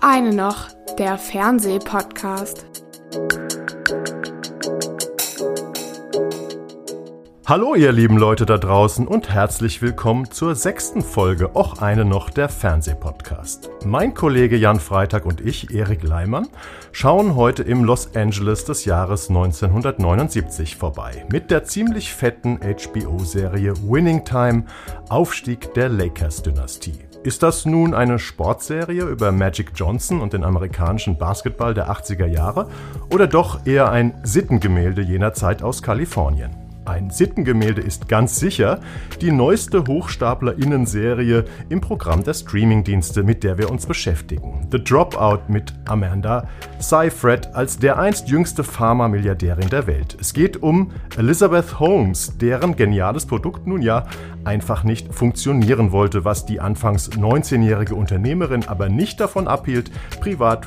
eine noch, der Fernsehpodcast. Hallo ihr lieben Leute da draußen und herzlich willkommen zur 6. Folge Och eine noch, der Fernsehpodcast. Mein Kollege Jan Freitag und ich, Erik Leimann, schauen heute im Los Angeles des Jahres 1979 vorbei mit der ziemlich fetten HBO-Serie Winning Time, Aufstieg der Lakers-Dynastie. Ist das nun eine Sportserie über Magic Johnson und den amerikanischen Basketball der 80er Jahre oder doch eher ein Sittengemälde jener Zeit aus Kalifornien? Ein Sittengemälde ist ganz sicher die neueste Hochstapler-Innen-Serie im Programm der Streamingdienste, mit der wir uns beschäftigen. The Dropout mit Amanda Seyfried als dereinst jüngste Pharma-Milliardärin der Welt. Es geht um Elizabeth Holmes, deren geniales Produkt nun ja einfach nicht funktionieren wollte, was die anfangs 19-jährige Unternehmerin aber nicht davon abhielt, privat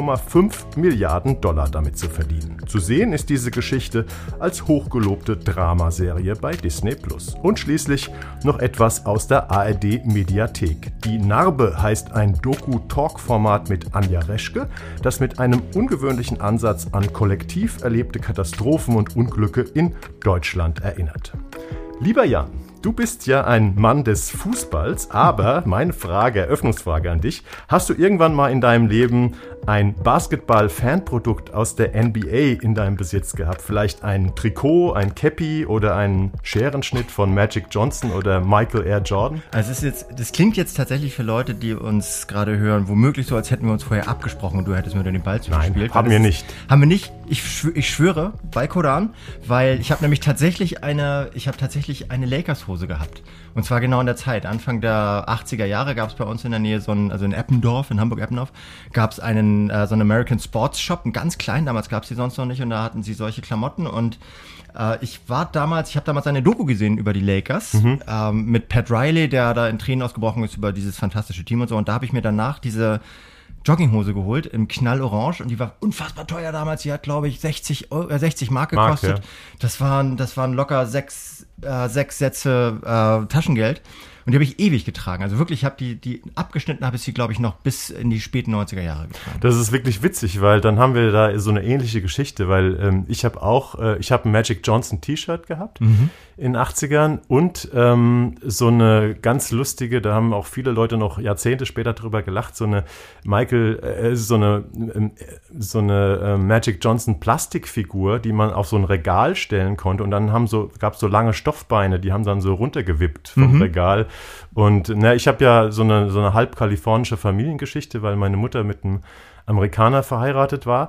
4,5 Milliarden Dollar damit zu verdienen. Zu sehen ist diese Geschichte als hochgelobte Dramaserie bei Disney+. Und schließlich noch etwas aus der ARD-Mediathek. Die Narbe heißt ein Doku-Talk-Format mit Anja Reschke, das mit einem ungewöhnlichen Ansatz an kollektiv erlebte Katastrophen und Unglücke in Deutschland erinnert. Lieber Jan, du bist ja ein Mann des Fußballs, aber meine Eröffnungsfrage an dich: Hast du irgendwann mal in deinem Leben ein Basketball-Fanprodukt aus der NBA in deinem Besitz gehabt? Vielleicht ein Trikot, ein Cappy oder einen Scherenschnitt von Magic Johnson oder Michael Air Jordan? Also das klingt jetzt tatsächlich für Leute, die uns gerade hören, womöglich so, als hätten wir uns vorher abgesprochen und du hättest mir den Ball zugespielt. Nein, haben wir nicht. Haben wir nicht. Ich schwöre bei Kodan, weil ich habe nämlich tatsächlich eine Lakers-Hose gehabt. Und zwar genau in der Zeit. Anfang der 80er Jahre gab es bei uns in der Nähe in Eppendorf, in Hamburg-Eppendorf, gab es so einen American Sports Shop, einen ganz kleinen, damals gab es die sonst noch nicht, und da hatten sie solche Klamotten und ich habe damals eine Doku gesehen über die Lakers, mit Pat Riley, der da in Tränen ausgebrochen ist über dieses fantastische Team und so, und da habe ich mir danach diese Jogginghose geholt im Knallorange, und die war unfassbar teuer damals. Die hat, glaube ich, 60 Mark gekostet. Ja. Das waren locker sechs Sätze Taschengeld. Und die habe ich ewig getragen. Also wirklich, die abgeschnitten habe ich sie, glaube ich, noch bis in die späten 90er Jahre getragen. Das ist wirklich witzig, weil dann haben wir da so eine ähnliche Geschichte, weil ich habe ein Magic Johnson T-Shirt gehabt in den 80ern und so eine ganz lustige, da haben auch viele Leute noch Jahrzehnte später drüber gelacht, so eine Magic Johnson Plastikfigur, die man auf so ein Regal stellen konnte, und dann gab es so lange Stoffbeine, die haben dann so runtergewippt vom Regal. Und ich habe ja so eine halb kalifornische Familiengeschichte, weil meine Mutter mit einem Amerikaner verheiratet war,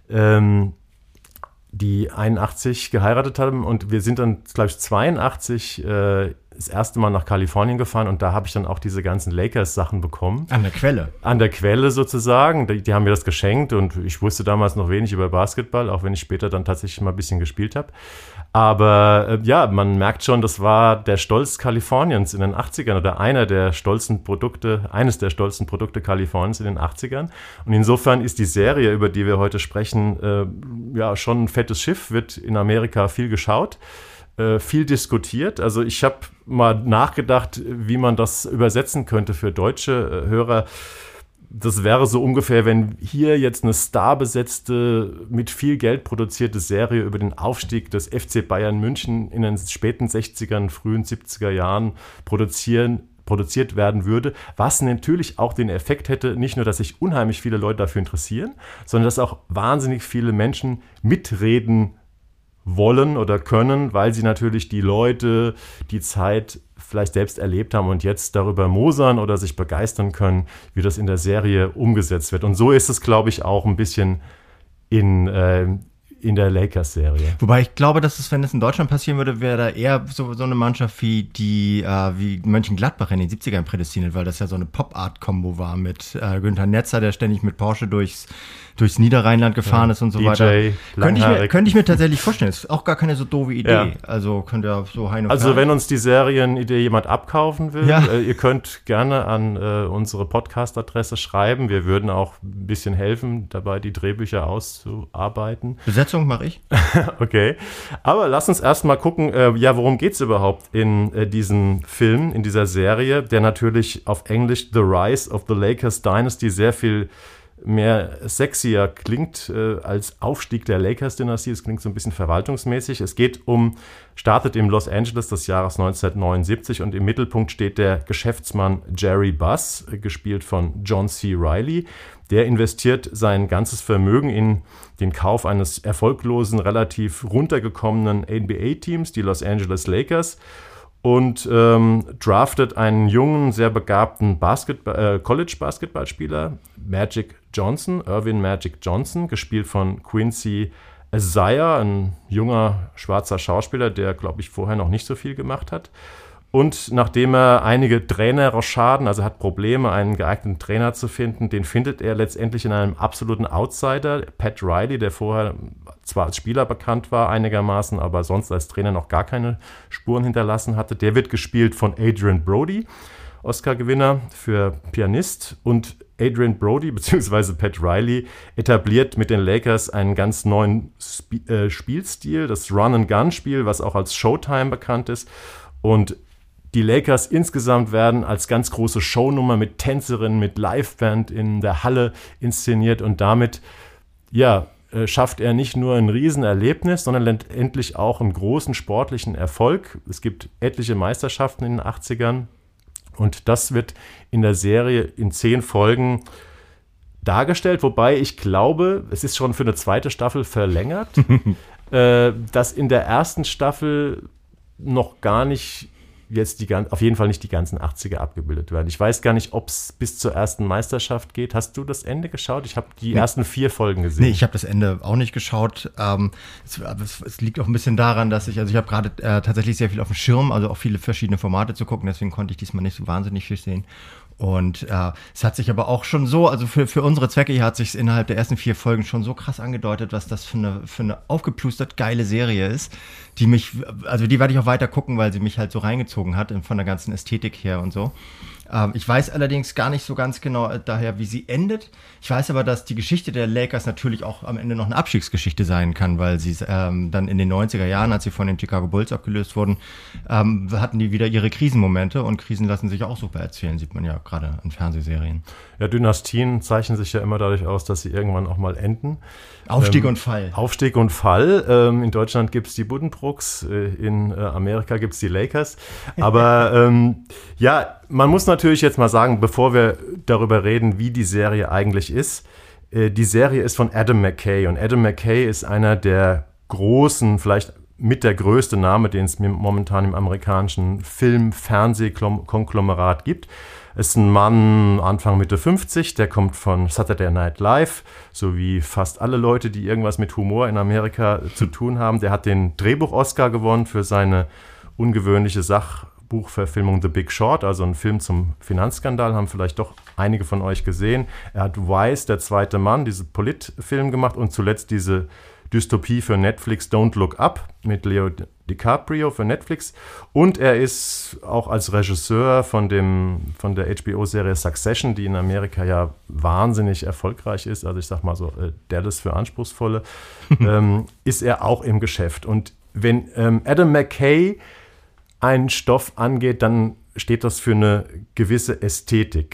die 81 geheiratet haben, und wir sind dann, glaube ich, 82 das erste Mal nach Kalifornien gefahren, und da habe ich dann auch diese ganzen Lakers-Sachen bekommen. An der Quelle? An der Quelle sozusagen. Die haben mir das geschenkt, und ich wusste damals noch wenig über Basketball, auch wenn ich später dann tatsächlich mal ein bisschen gespielt habe. Aber man merkt schon, das war der Stolz Kaliforniens in den 80ern oder eines der stolzen Produkte Kaliforniens in den 80ern. Und insofern ist die Serie, über die wir heute sprechen, schon ein fettes Schiff, wird in Amerika viel geschaut, viel diskutiert. Also ich habe mal nachgedacht, wie man das übersetzen könnte für deutsche Hörer. Das wäre so ungefähr, wenn hier jetzt eine starbesetzte, mit viel Geld produzierte Serie über den Aufstieg des FC Bayern München in den späten 60ern, frühen 70er Jahren produziert werden würde, was natürlich auch den Effekt hätte, nicht nur, dass sich unheimlich viele Leute dafür interessieren, sondern dass auch wahnsinnig viele Menschen mitreden wollen oder können, weil sie natürlich die Leute, die Zeit vielleicht selbst erlebt haben und jetzt darüber mosern oder sich begeistern können, wie das in der Serie umgesetzt wird. Und so ist es, glaube ich, auch ein bisschen in der Lakers-Serie. Wobei ich glaube, dass es, wenn es in Deutschland passieren würde, wäre da eher so eine Mannschaft wie Mönchengladbach in den 70ern prädestiniert, weil das ja so eine Pop-Art-Kombo war mit Günther Netzer, der ständig mit Porsche durchs Niederrheinland gefahren ist und so DJ, weiter. Könnte ich mir tatsächlich vorstellen. Ist auch gar keine so doofe Idee. Ja. Also könnte ja so Hein und Also wenn uns die Serienidee jemand abkaufen will, ihr könnt gerne an unsere Podcast-Adresse schreiben. Wir würden auch ein bisschen helfen, dabei die Drehbücher auszuarbeiten. Besetzung mache ich. Okay. Aber lass uns erst mal gucken, worum geht's überhaupt in diesem Film, in dieser Serie, der natürlich auf Englisch The Rise of the Lakers Dynasty sehr viel mehr sexier klingt als Aufstieg der Lakers-Dynastie. Es klingt so ein bisschen verwaltungsmäßig. Es startet im Los Angeles des Jahres 1979 und im Mittelpunkt steht der Geschäftsmann Jerry Buss, gespielt von John C. Reilly. Der investiert sein ganzes Vermögen in den Kauf eines erfolglosen, relativ runtergekommenen NBA-Teams, die Los Angeles Lakers, und draftet einen jungen, sehr begabten College-Basketballspieler, Irvin Magic Johnson, gespielt von Quincy Isaiah, ein junger schwarzer Schauspieler, der, glaube ich, vorher noch nicht so viel gemacht hat. Und nachdem er einige Trainerrochaden, also hat Probleme, einen geeigneten Trainer zu finden, den findet er letztendlich in einem absoluten Outsider, Pat Riley, der vorher zwar als Spieler bekannt war einigermaßen, aber sonst als Trainer noch gar keine Spuren hinterlassen hatte. Der wird gespielt von Adrien Brody, Oscar-Gewinner für Pianist. Und Adrien Brody bzw. Pat Riley etabliert mit den Lakers einen ganz neuen Spielstil, das Run-and-Gun-Spiel, was auch als Showtime bekannt ist. Und die Lakers insgesamt werden als ganz große Shownummer mit Tänzerinnen, mit Liveband in der Halle inszeniert und damit, schafft er nicht nur ein Riesenerlebnis, sondern letztendlich auch einen großen sportlichen Erfolg. Es gibt etliche Meisterschaften in den 80ern und das wird in der Serie in 10 Folgen dargestellt, wobei ich glaube, es ist schon für eine zweite Staffel verlängert, dass in der ersten Staffel noch gar nicht auf jeden Fall nicht die ganzen 80er abgebildet werden. Ich weiß gar nicht, ob es bis zur ersten Meisterschaft geht. Hast du das Ende geschaut? Ich habe die ersten 4 Folgen gesehen. Nee, ich habe das Ende auch nicht geschaut. Es liegt auch ein bisschen daran, dass ich habe gerade tatsächlich sehr viel auf dem Schirm, also auch viele verschiedene Formate zu gucken, deswegen konnte ich diesmal nicht so wahnsinnig viel sehen. Und es hat sich aber auch schon so, also für unsere Zwecke hier hat sich innerhalb der ersten 4 Folgen schon so krass angedeutet, was das für eine aufgeplustert geile Serie ist, die werde ich auch weiter gucken, weil sie mich halt so reingezogen hat von der ganzen Ästhetik her und so. Ich weiß allerdings gar nicht so ganz genau daher, wie sie endet. Ich weiß aber, dass die Geschichte der Lakers natürlich auch am Ende noch eine Abstiegsgeschichte sein kann, weil sie dann in den 90er Jahren, als sie von den Chicago Bulls abgelöst wurden, hatten die wieder ihre Krisenmomente und Krisen lassen sich auch super erzählen, sieht man ja gerade in Fernsehserien. Ja, Dynastien zeichnen sich ja immer dadurch aus, dass sie irgendwann auch mal enden. Aufstieg und Fall. Aufstieg und Fall. In Deutschland gibt es die Buddenbrooks, in Amerika gibt es die Lakers. Aber man muss natürlich jetzt mal sagen, bevor wir darüber reden, wie die Serie eigentlich ist, die Serie ist von Adam McKay. Und Adam McKay ist einer der großen, vielleicht mit der größte Name, den es momentan im amerikanischen Film-Fernseh-Konglomerat gibt. Ist ein Mann Anfang Mitte 50, der kommt von Saturday Night Live, so wie fast alle Leute, die irgendwas mit Humor in Amerika zu tun haben. Der hat den Drehbuch-Oscar gewonnen für seine ungewöhnliche Sachbuchverfilmung The Big Short, also ein Film zum Finanzskandal, haben vielleicht doch einige von euch gesehen. Er hat Vice, der zweite Mann, diesen Politfilm gemacht und zuletzt diese Dystopie für Netflix Don't Look Up mit Leo DiCaprio für Netflix. Und er ist auch als Regisseur von der HBO-Serie Succession, die in Amerika ja wahnsinnig erfolgreich ist, also ich sag mal so Dallas für Anspruchsvolle, ist er auch im Geschäft. Und wenn Adam McKay einen Stoff angeht, dann steht das für eine gewisse Ästhetik.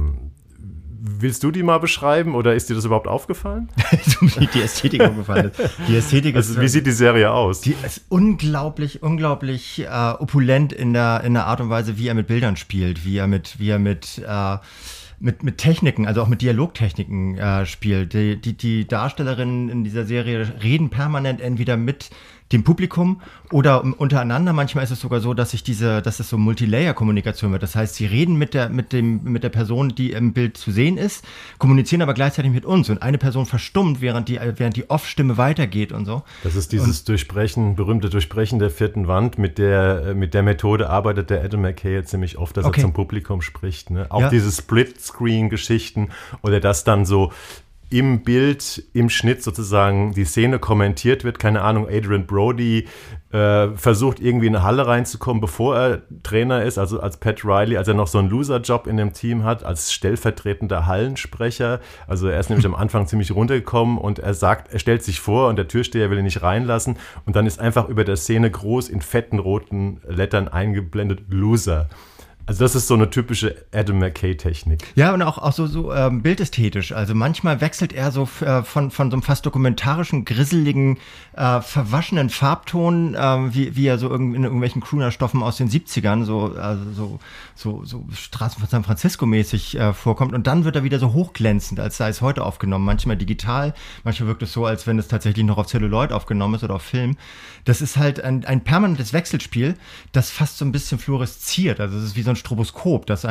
Willst du die mal beschreiben oder ist dir das überhaupt aufgefallen? Die Ästhetik aufgefallen ist. Die Ästhetik ist, wie sieht die Serie aus? Die ist unglaublich opulent in der Art und Weise, wie er mit Bildern spielt, wie er mit Techniken, also auch mit Dialogtechniken spielt. Die Darstellerinnen in dieser Serie reden permanent entweder mit dem Publikum oder untereinander. Manchmal ist es sogar so, dass es so Multilayer-Kommunikation wird. Das heißt, sie reden mit der Person, die im Bild zu sehen ist, kommunizieren aber gleichzeitig mit uns und eine Person verstummt, während die Off-Stimme weitergeht und so. Das ist dieses berühmte Durchbrechen der 4. Wand. Mit der Methode arbeitet der Adam McKay jetzt ziemlich oft, dass er zum Publikum spricht. Ne? Auch diese Split-Screen-Geschichten oder dass dann so im Bild, im Schnitt sozusagen die Szene kommentiert wird. Keine Ahnung, Adrien Brody versucht irgendwie in eine Halle reinzukommen, bevor er Trainer ist, also als Pat Riley, als er noch so einen Loser-Job in dem Team hat, als stellvertretender Hallensprecher. Also er ist nämlich am Anfang ziemlich runtergekommen und er stellt sich vor und der Türsteher will ihn nicht reinlassen und dann ist einfach über der Szene groß in fetten roten Lettern eingeblendet Loser. Also das ist so eine typische Adam McKay-Technik. Ja, und auch so bildästhetisch. Also manchmal wechselt er so von so einem fast dokumentarischen, grisseligen, verwaschenen Farbton, wie er so in irgendwelchen Crooner-Stoffen aus den 70ern, so Straßen von San Francisco-mäßig vorkommt. Und dann wird er wieder so hochglänzend, als sei es heute aufgenommen. Manchmal digital, manchmal wirkt es so, als wenn es tatsächlich noch auf Celluloid aufgenommen ist oder auf Film. Das ist halt ein permanentes Wechselspiel, das fast so ein bisschen fluoresziert. Also es ist wie so ein Stroboskop, das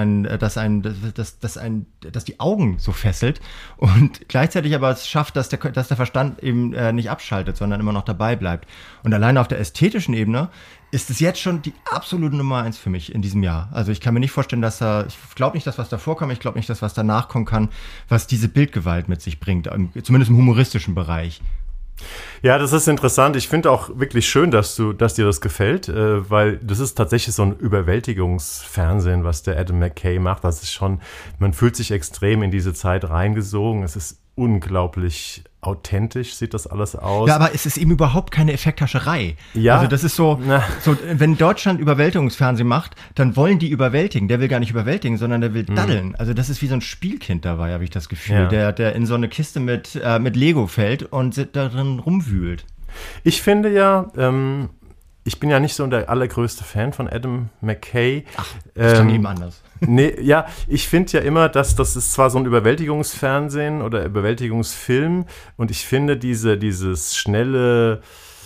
die Augen so fesselt und gleichzeitig aber es schafft, dass der Verstand eben nicht abschaltet, sondern immer noch dabei bleibt. Und alleine auf der ästhetischen Ebene ist es jetzt schon die absolute Nummer 1 für mich in diesem Jahr. Also ich kann mir nicht vorstellen, ich glaube nicht, dass was davor kam, ich glaube nicht, dass was danach kommen kann, was diese Bildgewalt mit sich bringt, zumindest im humoristischen Bereich. Ja, das ist interessant. Ich finde auch wirklich schön, dass dir das gefällt, weil das ist tatsächlich so ein Überwältigungsfernsehen, was der Adam McKay macht. Das ist schon, man fühlt sich extrem in diese Zeit reingesogen. Es ist unglaublich authentisch, sieht das alles aus. Ja, aber es ist eben überhaupt keine Effekthascherei. Ja. Also das ist so, wenn Deutschland Überwältigungsfernsehen macht, dann wollen die überwältigen. Der will gar nicht überwältigen, sondern der will daddeln. Also das ist wie so ein Spielkind dabei, habe ich das Gefühl, der in so eine Kiste mit Lego fällt und darin rumwühlt. Ich finde ja, ich bin ja nicht so der allergrößte Fan von Adam McKay. Ach, das klang eben anders. Nee, ja, ich finde ja immer, dass das ist zwar so ein Überwältigungsfernsehen oder Überwältigungsfilm und ich finde dieses schnelle,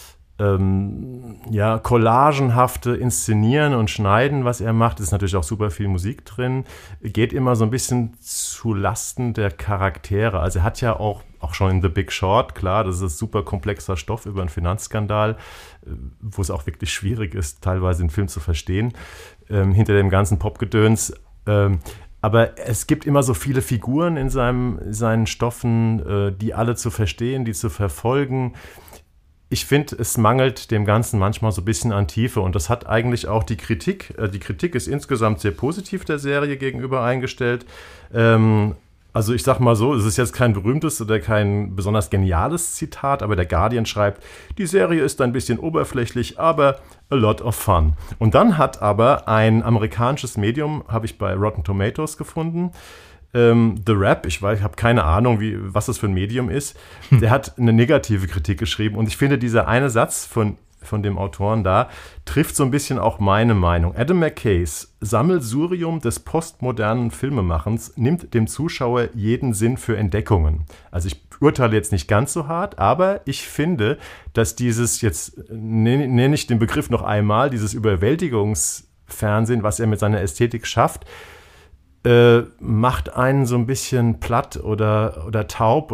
collagenhafte Inszenieren und Schneiden, was er macht, ist natürlich auch super viel Musik drin, geht immer so ein bisschen zu Lasten der Charaktere. Also er hat ja auch schon in The Big Short, klar, das ist super komplexer Stoff über einen Finanzskandal, wo es auch wirklich schwierig ist, teilweise den Film zu verstehen, hinter dem ganzen Popgedöns. Aber es gibt immer so viele Figuren in seinen Stoffen, die alle zu verstehen, die zu verfolgen. Ich finde, es mangelt dem Ganzen manchmal so ein bisschen an Tiefe und das hat eigentlich auch die Kritik. Die Kritik ist insgesamt sehr positiv der Serie gegenüber eingestellt. Also ich sag mal so, es ist jetzt kein berühmtes oder kein besonders geniales Zitat, aber der Guardian schreibt, die Serie ist ein bisschen oberflächlich, aber a lot of fun. Und dann hat aber ein amerikanisches Medium, habe ich bei Rotten Tomatoes gefunden, The Wrap, ich habe keine Ahnung, was das für ein Medium ist, der hat eine negative Kritik geschrieben und ich finde, dieser eine Satz von dem Autoren da trifft so ein bisschen auch meine Meinung. Adam McKays Sammelsurium des postmodernen Filmemachens nimmt dem Zuschauer jeden Sinn für Entdeckungen. Also ich urteile jetzt nicht ganz so hart, aber ich finde, dass dieses, jetzt nenne ich den Begriff noch einmal, dieses Überwältigungsfernsehen, was er mit seiner Ästhetik schafft, macht einen so ein bisschen platt oder taub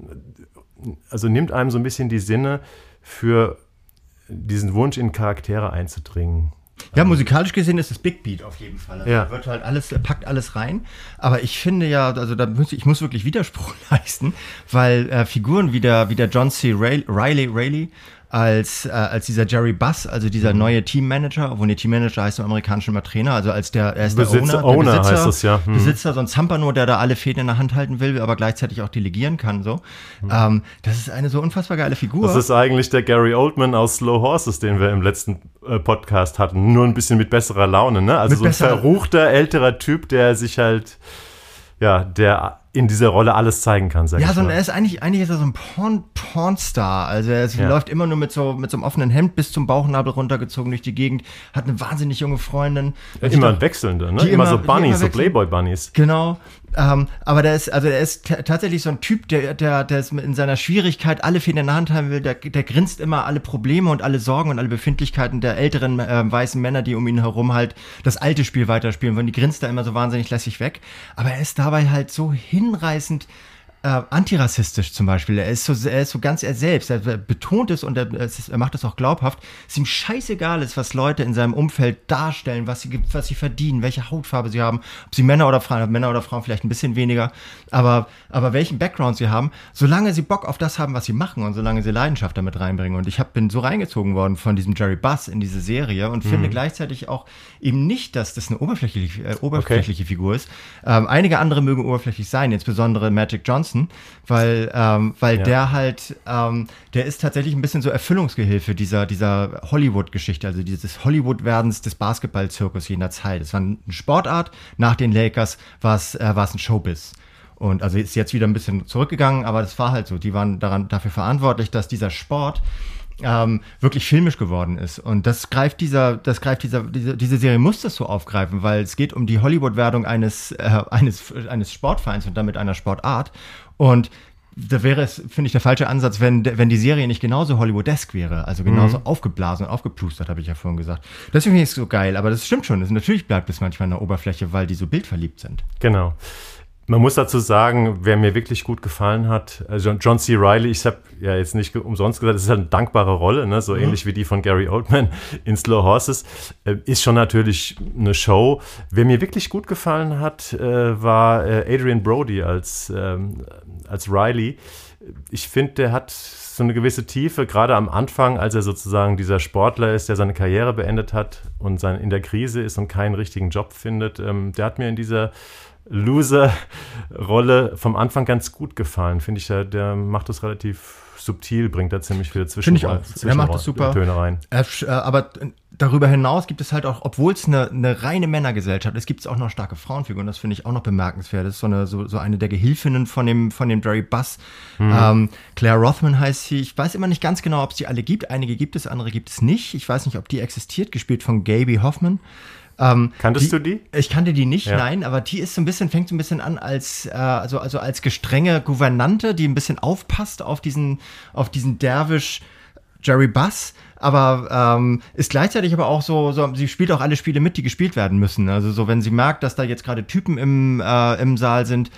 also nimmt einem so ein bisschen die Sinne für diesen Wunsch, in Charaktere einzudringen. Ja, musikalisch gesehen ist es Big Beat auf jeden Fall. Also ja. Da wird halt packt alles rein. Aber ich finde ja, also ich muss wirklich Widerspruch leisten, weil Figuren wie der John C. Reilly als dieser Jerry Buss, also dieser neue Teammanager, obwohl der Teammanager heißt im Amerikanischen immer Trainer, also er ist der Owner heißt das, ja. Besitzer, so ein Zampano, der da alle Fäden in der Hand halten will, aber gleichzeitig auch delegieren kann, so. Das ist eine so unfassbar geile Figur. Das ist eigentlich der Gary Oldman aus Slow Horses, den wir im letzten Podcast hatten, nur ein bisschen mit besserer Laune, ne? Also so ein verruchter, älterer Typ, der sich halt, der in dieser Rolle alles zeigen kann, sag ich mal. Ja, er ist eigentlich ist er so ein Pornstar. Also er läuft immer nur mit so einem offenen Hemd bis zum Bauchnabel runtergezogen durch die Gegend, hat eine wahnsinnig junge Freundin. Immer ein Wechselnder, ne? Immer so Bunnies, so Playboy-Bunnies. Genau. Aber er ist tatsächlich so ein Typ, der ist in seiner Schwierigkeit alle Fäden in der Hand haben will, der grinst immer alle Probleme und alle Sorgen und alle Befindlichkeiten der älteren weißen Männer, die um ihn herum halt das alte Spiel weiterspielen wollen. Die grinst da immer so wahnsinnig lässig weg. Aber er ist dabei halt so hinreißend antirassistisch zum Beispiel. Er ist so ganz er selbst. Er betont es und er macht es auch glaubhaft. Es ihm scheißegal ist, was Leute in seinem Umfeld darstellen, was sie verdienen, welche Hautfarbe sie haben, ob sie Männer oder Frauen vielleicht ein bisschen weniger, aber welchen Background sie haben, solange sie Bock auf das haben, was sie machen und solange sie Leidenschaft damit reinbringen. Und ich bin so reingezogen worden von diesem Jerry Buss in diese Serie und finde gleichzeitig auch eben nicht, dass das eine oberflächliche Figur ist. Einige andere mögen oberflächlich sein, insbesondere Magic Johnson, Johnson, weil der halt, der ist tatsächlich ein bisschen so Erfüllungsgehilfe dieser Hollywood-Geschichte, also dieses Hollywood-Werdens des Basketball-Zirkus jener Zeit. Es war eine Sportart, nach den Lakers war es ein Showbiz. Und also ist jetzt wieder ein bisschen zurückgegangen, aber das war halt so. Die waren dafür verantwortlich, dass dieser Sport wirklich filmisch geworden ist. Und diese Serie muss das so aufgreifen, weil es geht um die Hollywood-Werdung eines Sportvereins und damit einer Sportart. Und da wäre es, finde ich, der falsche Ansatz, wenn die Serie nicht genauso Hollywood-esk wäre, also genauso aufgeblasen und aufgeplustert, habe ich ja vorhin gesagt. Deswegen finde ich es so geil, aber das stimmt schon. Natürlich bleibt es manchmal an der Oberfläche, weil die so bildverliebt sind. Genau. Man muss dazu sagen, wer mir wirklich gut gefallen hat, also John C. Reilly, ich habe ja jetzt nicht umsonst gesagt, das ist halt eine dankbare Rolle, ne? So ähnlich wie die von Gary Oldman in Slow Horses, ist schon natürlich eine Show. Wer mir wirklich gut gefallen hat, war Adrian Brody als Reilly. Ich finde, der hat so eine gewisse Tiefe, gerade am Anfang, als er sozusagen dieser Sportler ist, der seine Karriere beendet hat und in der Krise ist und keinen richtigen Job findet. Der hat mir in dieser Loser-Rolle vom Anfang ganz gut gefallen. Finde ich, der macht das relativ subtil, bringt da ziemlich viele Er macht das super. Töne rein. Aber darüber hinaus gibt es halt auch, obwohl es eine reine Männergesellschaft ist, gibt es auch noch starke Frauenfiguren. Das finde ich auch noch bemerkenswert. Das ist so eine der Gehilfinnen von dem Jerry Buss. Claire Rothman heißt sie. Ich weiß immer nicht ganz genau, ob es die alle gibt. Einige gibt es, andere gibt es nicht. Ich weiß nicht, ob die existiert, gespielt von Gaby Hoffman. Kanntest du die? Ich kannte die nicht, nein, aber die ist fängt so ein bisschen an als gestrenge Gouvernante, die ein bisschen aufpasst auf diesen Derwisch Jerry Buss, aber ist gleichzeitig aber auch so, sie spielt auch alle Spiele mit, die gespielt werden müssen. Also so, wenn sie merkt, dass da jetzt gerade Typen im Saal sind,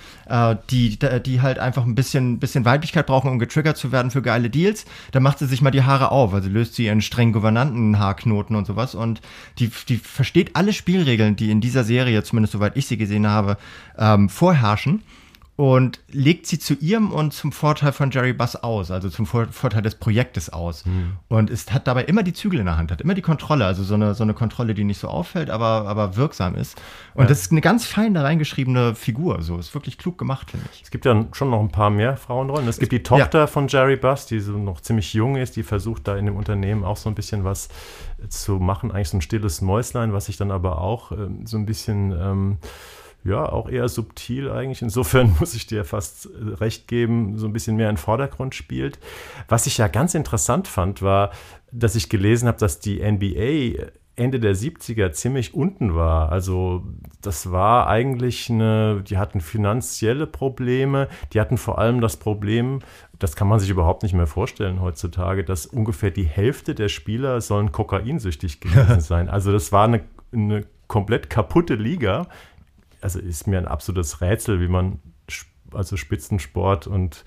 die halt einfach ein bisschen Weiblichkeit brauchen, um getriggert zu werden für geile Deals, dann macht sie sich mal die Haare auf, also löst sie ihren strengen Gouvernanten-Haarknoten und sowas und die versteht alle Spielregeln, die in dieser Serie, zumindest soweit ich sie gesehen habe, vorherrschen. Und legt sie zu ihrem und zum Vorteil von Jerry Buss aus, also zum Vorteil des Projektes aus. Und hat dabei immer die Zügel in der Hand, hat immer die Kontrolle, also so eine Kontrolle, die nicht so auffällt, aber wirksam ist. Und das ist eine ganz fein da reingeschriebene Figur, so ist wirklich klug gemacht, finde ich. Es gibt ja schon noch ein paar mehr Frauenrollen. Es gibt die Tochter von Jerry Buss, die so noch ziemlich jung ist, die versucht da in dem Unternehmen auch so ein bisschen was zu machen, eigentlich so ein stilles Mäuslein, was sich dann aber auch so ein bisschen auch eher subtil eigentlich. Insofern muss ich dir fast recht geben, so ein bisschen mehr im Vordergrund spielt. Was ich ja ganz interessant fand, war, dass ich gelesen habe, dass die NBA Ende der 70er ziemlich unten war. Also das war eigentlich die hatten finanzielle Probleme, die hatten vor allem das Problem, das kann man sich überhaupt nicht mehr vorstellen heutzutage, dass ungefähr die Hälfte der Spieler sollen kokainsüchtig gewesen sein. Also das war eine komplett kaputte Liga. Also ist mir ein absolutes Rätsel, wie man also Spitzensport und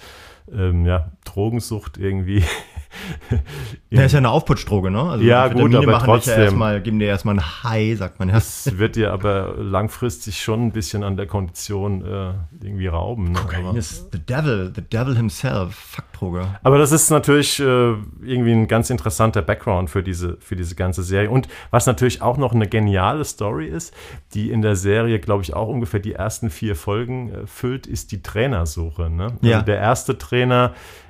Drogensucht irgendwie. Der ist ja eine Aufputschdroge, ne? Also ja, gut, aber trotzdem. Geben dir erstmal ein High, sagt man ja. Das wird dir aber langfristig schon ein bisschen an der Kondition irgendwie rauben. Ne? Kokain ist the devil himself, Fuckdroge. Aber das ist natürlich irgendwie ein ganz interessanter Background für diese ganze Serie. Und was natürlich auch noch eine geniale Story ist, die in der Serie, glaube ich, auch ungefähr die ersten 4 Folgen füllt, ist die Trainersuche. Ne? Ja. Also der erste Trainer,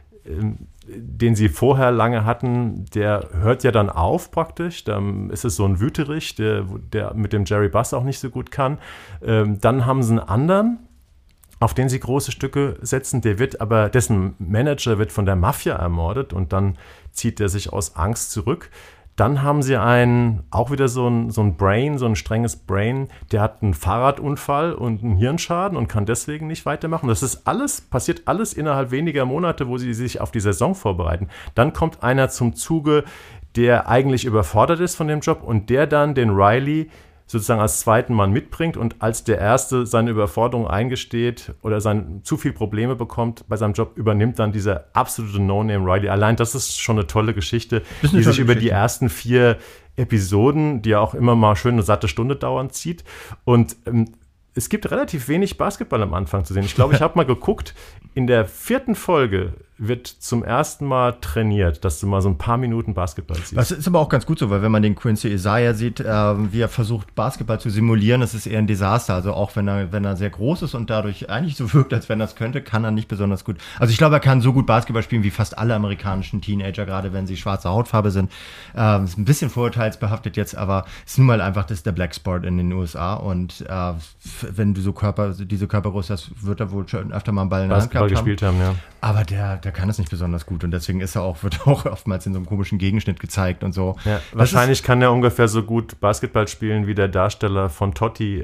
den sie vorher lange hatten, der hört ja dann auf praktisch. Dann ist es so ein Wüterich, der mit dem Jerry Buss auch nicht so gut kann. Dann haben sie einen anderen, auf den sie große Stücke setzen. Dessen Manager wird von der Mafia ermordet und dann zieht er sich aus Angst zurück. Dann haben sie auch wieder so ein Brain, so ein strenges Brain, der hat einen Fahrradunfall und einen Hirnschaden und kann deswegen nicht weitermachen. Passiert alles innerhalb weniger Monate, wo sie sich auf die Saison vorbereiten. Dann kommt einer zum Zuge, der eigentlich überfordert ist von dem Job und der dann den Reilly sozusagen als zweiten Mann mitbringt und als der Erste seine Überforderung eingesteht oder zu viel Probleme bekommt bei seinem Job, übernimmt dann dieser absolute No-Name Reilly. Allein das ist schon eine tolle Geschichte, die sich über die ersten 4 Episoden, die ja auch immer mal schön eine satte Stunde dauern, zieht. Und es gibt relativ wenig Basketball am Anfang zu sehen. Ich glaube, ich habe mal geguckt, in der 4. Folge wird zum ersten Mal trainiert, dass du mal so ein paar Minuten Basketball siehst. Das ist aber auch ganz gut so, weil wenn man den Quincy Isaiah sieht, wie er versucht, Basketball zu simulieren, das ist eher ein Desaster. Also auch wenn er sehr groß ist und dadurch eigentlich so wirkt, als wenn er es könnte, kann er nicht besonders gut. Also ich glaube, er kann so gut Basketball spielen wie fast alle amerikanischen Teenager, gerade wenn sie schwarze Hautfarbe sind. Ist ein bisschen vorurteilsbehaftet jetzt, aber ist nun mal einfach, das ist der Black Sport in den USA und wenn du diese Körpergröße hast, wird er wohl schon öfter mal einen Ball in der Hand gehabt gespielt haben, ja. Aber der kann es nicht besonders gut und deswegen wird auch oftmals in so einem komischen Gegenschnitt gezeigt und so. Ja, wahrscheinlich kann er ungefähr so gut Basketball spielen wie der Darsteller von Totti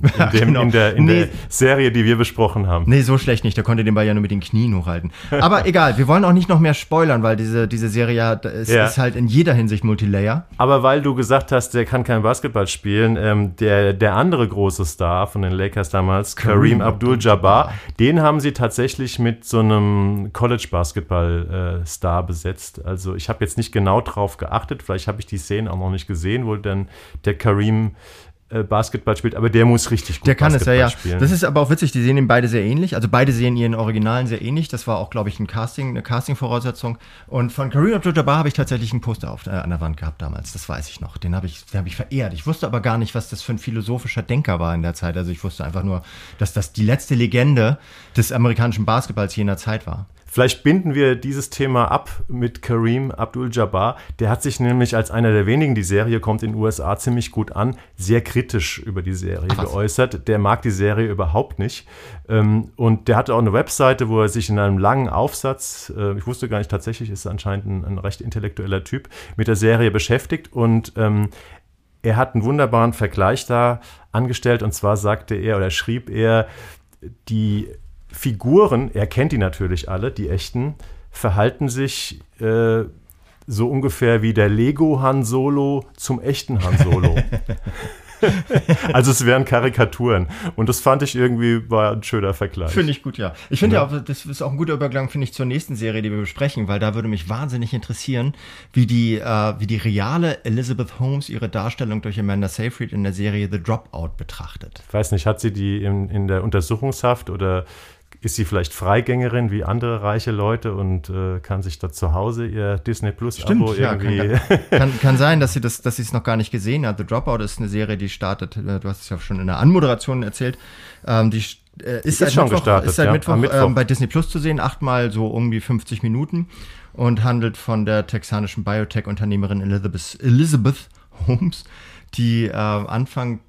in der Serie, die wir besprochen haben. Nee, so schlecht nicht. Der konnte den Ball ja nur mit den Knien hochhalten. Aber egal, wir wollen auch nicht noch mehr spoilern, weil diese Serie ist halt in jeder Hinsicht Multilayer. Aber weil du gesagt hast, der kann kein Basketball spielen, der andere große Star von den Lakers damals, Kareem Abdul-Jabbar, den haben sie tatsächlich mit so einem College-Basketball-Star besetzt. Also ich habe jetzt nicht genau drauf geachtet, vielleicht habe ich die Szenen auch noch nicht gesehen, wo dann der Kareem Basketball spielt, aber der muss richtig gut Basketball spielen. Das ist aber auch witzig, die sehen ihn beide sehr ähnlich, also beide sehen ihren Originalen sehr ähnlich, das war auch, glaube ich, eine Casting-Voraussetzung und von Kareem Abdul-Jabbar habe ich tatsächlich einen Poster an der Wand gehabt damals, das weiß ich noch, den hab ich verehrt, ich wusste aber gar nicht, was das für ein philosophischer Denker war in der Zeit, also ich wusste einfach nur, dass das die letzte Legende des amerikanischen Basketballs jener Zeit war. Vielleicht binden wir dieses Thema ab mit Kareem Abdul-Jabbar. Der hat sich nämlich als einer der wenigen, die Serie kommt in den USA ziemlich gut an, sehr kritisch über die Serie geäußert. Der mag die Serie überhaupt nicht. Und der hatte auch eine Webseite, wo er sich in einem langen Aufsatz, ich wusste gar nicht, tatsächlich ist er anscheinend ein recht intellektueller Typ, mit der Serie beschäftigt. Und er hat einen wunderbaren Vergleich da angestellt. Und zwar schrieb er, die Figuren, er kennt die natürlich alle, die echten, verhalten sich so ungefähr wie der Lego Han Solo zum echten Han Solo. Also es wären Karikaturen. Und das fand ich war ein schöner Vergleich. Finde ich gut, ja. Ich finde auch, das ist auch ein guter Übergang, finde ich, zur nächsten Serie, die wir besprechen, weil da würde mich wahnsinnig interessieren, wie die reale Elizabeth Holmes ihre Darstellung durch Amanda Seyfried in der Serie The Dropout betrachtet. Ich weiß nicht, hat sie die in der Untersuchungshaft oder ist sie vielleicht Freigängerin wie andere reiche Leute und kann sich da zu Hause ihr Disney Plus Abo irgendwie... Kann sein, dass sie es noch gar nicht gesehen hat. The Dropout ist eine Serie, die startet, du hast es ja schon in der Anmoderation erzählt, die ist seit Mittwoch bei Disney Plus zu sehen, 8-mal so irgendwie 50 Minuten und handelt von der texanischen Biotech-Unternehmerin Elizabeth Holmes, die Anfang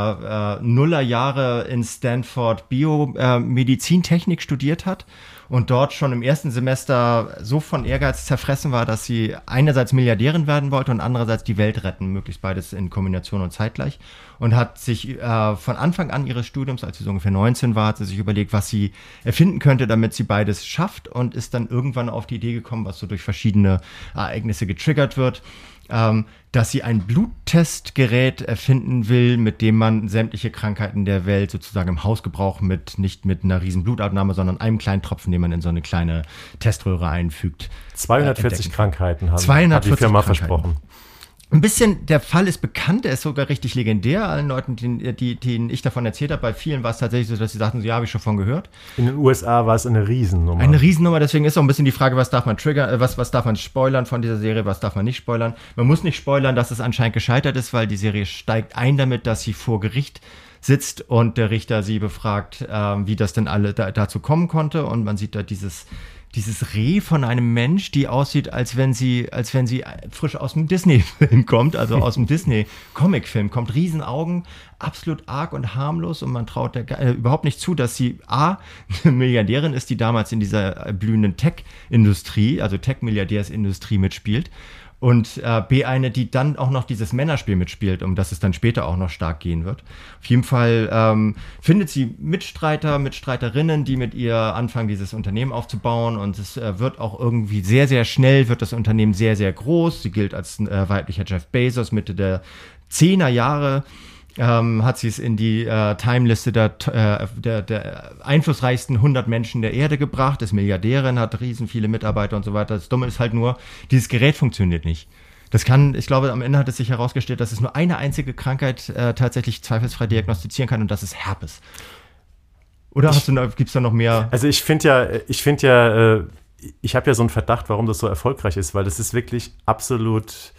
der Nullerjahre in Stanford Biomedizintechnik studiert hat und dort schon im ersten Semester so von Ehrgeiz zerfressen war, dass sie einerseits Milliardärin werden wollte und andererseits die Welt retten, möglichst beides in Kombination und zeitgleich. Und hat sich von Anfang an ihres Studiums, als sie so ungefähr 19 war, hat sie sich überlegt, was sie erfinden könnte, damit sie beides schafft und ist dann irgendwann auf die Idee gekommen, was so durch verschiedene Ereignisse getriggert wird, dass sie ein Bluttestgerät erfinden will, mit dem man sämtliche Krankheiten der Welt sozusagen im Hausgebrauch nicht mit einer riesen Blutabnahme, sondern einem kleinen Tropfen, den man in so eine kleine Teströhre einfügt. 240 Krankheiten hat die Firma versprochen. Ein bisschen, der Fall ist bekannt, er ist sogar richtig legendär. Allen Leuten, denen ich davon erzählt habe, bei vielen war es tatsächlich so, dass sie sagten, ja, habe ich schon von gehört. In den USA war es eine Riesennummer. Eine Riesennummer, deswegen ist auch ein bisschen die Frage, was darf man triggern, was darf man spoilern von dieser Serie, was darf man nicht spoilern. Man muss nicht spoilern, dass es anscheinend gescheitert ist, weil die Serie steigt ein damit, dass sie vor Gericht sitzt und der Richter sie befragt, wie das denn dazu kommen konnte. Und man sieht da dieses Reh von einem Mensch, die aussieht, als wenn sie frisch aus dem Disney-Film kommt, also aus dem Disney-Comic-Film kommt, Riesenaugen, absolut arg und harmlos und man traut überhaupt nicht zu, dass sie A, eine Milliardärin ist, die damals in dieser blühenden Tech-Industrie, also Tech-Milliardärsindustrie mitspielt. Und B, eine, die dann auch noch dieses Männerspiel mitspielt, um das es dann später auch noch stark gehen wird. Auf jeden Fall findet sie Mitstreiterinnen, die mit ihr anfangen, dieses Unternehmen aufzubauen. Und es wird auch irgendwie sehr, sehr schnell, wird das Unternehmen sehr, sehr groß. Sie gilt als weiblicher Jeff Bezos, Mitte der 10er Jahre. Hat sie es in die Timeliste der einflussreichsten 100 Menschen der Erde gebracht, ist Milliardärin, hat riesen viele Mitarbeiter und so weiter. Das Dumme ist halt nur, dieses Gerät funktioniert nicht. Ich glaube, am Ende hat es sich herausgestellt, dass es nur eine einzige Krankheit tatsächlich zweifelsfrei diagnostizieren kann und das ist Herpes. Oder gibt's da noch mehr? Also ich finde ja ich habe ja so einen Verdacht, warum das so erfolgreich ist, weil das ist wirklich absolut,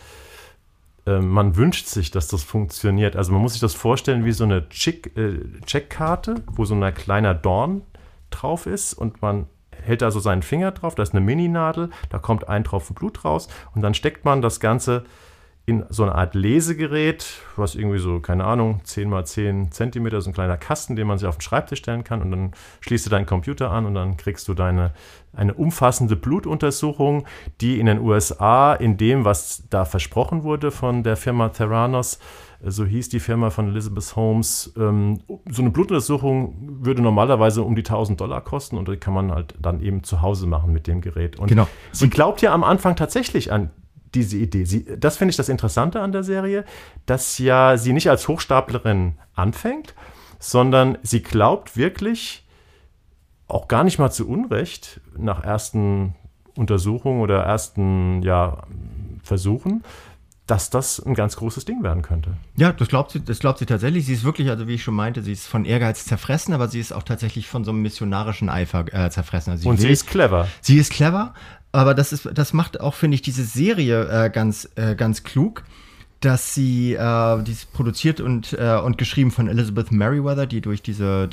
man wünscht sich, dass das funktioniert. Also man muss sich das vorstellen wie so eine Checkkarte, wo so ein kleiner Dorn drauf ist und man hält also seinen Finger drauf, da ist eine Mininadel, da kommt ein Tropfen Blut raus und dann steckt man das Ganze in so eine Art Lesegerät, was irgendwie so, keine Ahnung, 10 x 10 Zentimeter, so ein kleiner Kasten, den man sich auf den Schreibtisch stellen kann und dann schließt du deinen Computer an und dann kriegst du eine umfassende Blutuntersuchung, die in den USA in dem, was da versprochen wurde von der Firma Theranos, so hieß die Firma von Elizabeth Holmes, so eine Blutuntersuchung würde normalerweise um die $1.000 kosten und die kann man halt dann eben zu Hause machen mit dem Gerät. Und genau. Sie glaubt ja am Anfang tatsächlich an diese Idee. Das finde ich das Interessante an der Serie, dass ja sie nicht als Hochstaplerin anfängt, sondern sie glaubt wirklich, auch gar nicht mal zu Unrecht, nach ersten Untersuchungen oder ersten Versuchen, dass das ein ganz großes Ding werden könnte. Ja, das glaubt sie tatsächlich. Sie ist wirklich, also wie ich schon meinte, sie ist von Ehrgeiz zerfressen, aber sie ist auch tatsächlich von so einem missionarischen Eifer zerfressen. Also sie ist clever. Sie ist clever, aber das macht auch, finde ich, diese Serie ganz klug, dass die ist produziert und geschrieben von Elizabeth Merriweather, die durch diese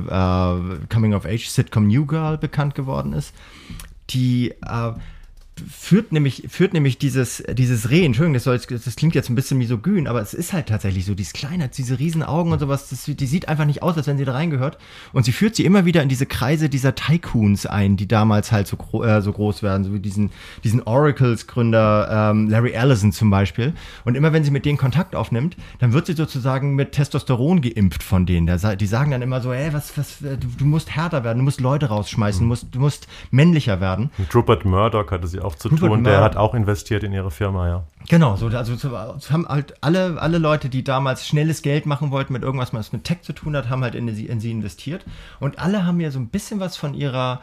Coming-of-Age-Sitcom New Girl bekannt geworden ist. Die führt nämlich dieses Reh, Entschuldigung, das klingt jetzt ein bisschen misogyn, aber es ist halt tatsächlich so, die ist klein, hat diese riesen Augen und sowas, die sieht einfach nicht aus, als wenn sie da reingehört. Und sie führt sie immer wieder in diese Kreise dieser Tycoons ein, die damals halt so groß werden, so wie diesen Oracles-Gründer Larry Ellison zum Beispiel. Und immer wenn sie mit denen Kontakt aufnimmt, dann wird sie sozusagen mit Testosteron geimpft von denen. Die sagen dann immer so, du musst härter werden, du musst Leute rausschmeißen, du musst männlicher werden. Mit Rupert Murdoch hatte sie auch zu tun. Der hat auch investiert in ihre Firma, ja. Genau, also haben halt alle Leute, die damals schnelles Geld machen wollten mit irgendwas, was mit Tech zu tun hat, haben halt in sie investiert. Und alle haben ja so ein bisschen was von ihrer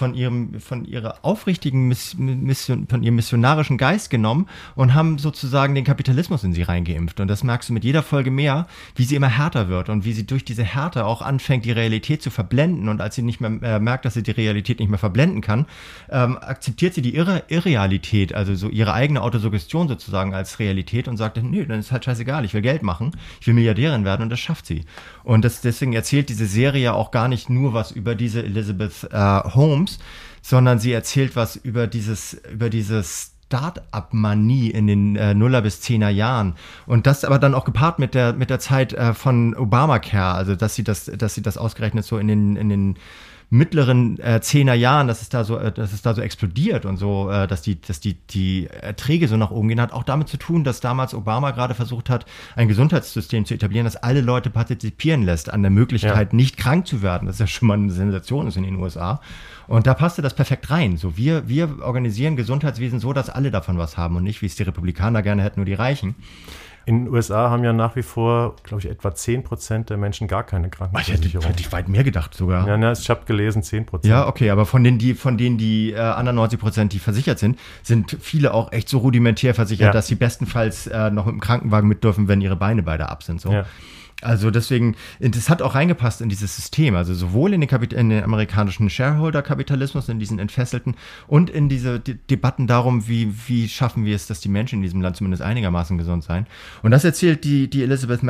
aufrichtigen von ihrem missionarischen Geist genommen und haben sozusagen den Kapitalismus in sie reingeimpft. Und das merkst du mit jeder Folge mehr, wie sie immer härter wird und wie sie durch diese Härte auch anfängt, die Realität zu verblenden. Und als sie nicht mehr merkt, dass sie die Realität nicht mehr verblenden kann, akzeptiert sie die Irrealität, also so ihre eigene Autosuggestion sozusagen als Realität und sagt, nö, dann ist halt scheißegal, ich will Geld machen, ich will Milliardärin werden und das schafft sie. Und deswegen erzählt diese Serie ja auch gar nicht nur was über diese Elizabeth Holmes, sondern sie erzählt was über dieses Start-up-Manie in den 0er bis 10er Jahren. Und das aber dann auch gepaart mit der Zeit von Obamacare, also dass sie das ausgerechnet so in den mittleren 10er Jahren, dass es da so explodiert und so, dass die Erträge so nach oben gehen, hat auch damit zu tun, dass damals Obama gerade versucht hat, ein Gesundheitssystem zu etablieren, das alle Leute partizipieren lässt an der Möglichkeit, nicht krank zu werden. Das ist ja schon mal eine Sensation ist in den USA. Und da passte das perfekt rein. So, wir organisieren Gesundheitswesen so, dass alle davon was haben und nicht, wie es die Republikaner gerne hätten, nur die Reichen. In den USA haben ja nach wie vor, glaube ich, etwa 10% der Menschen gar keine Krankenversicherung. Hätte ich weit mehr gedacht sogar. Ja, ich habe gelesen 10%. Ja, okay, aber von denen die anderen 90%, die versichert sind viele auch echt so rudimentär versichert, dass sie bestenfalls noch im Krankenwagen mit dürfen, wenn ihre Beine beide ab sind. So. Ja. Also deswegen, das hat auch reingepasst in dieses System, also sowohl in den amerikanischen Shareholder-Kapitalismus, in diesen entfesselten und in diese Debatten darum, wie schaffen wir es, dass die Menschen in diesem Land zumindest einigermaßen gesund sein. Und das erzählt die Elizabeth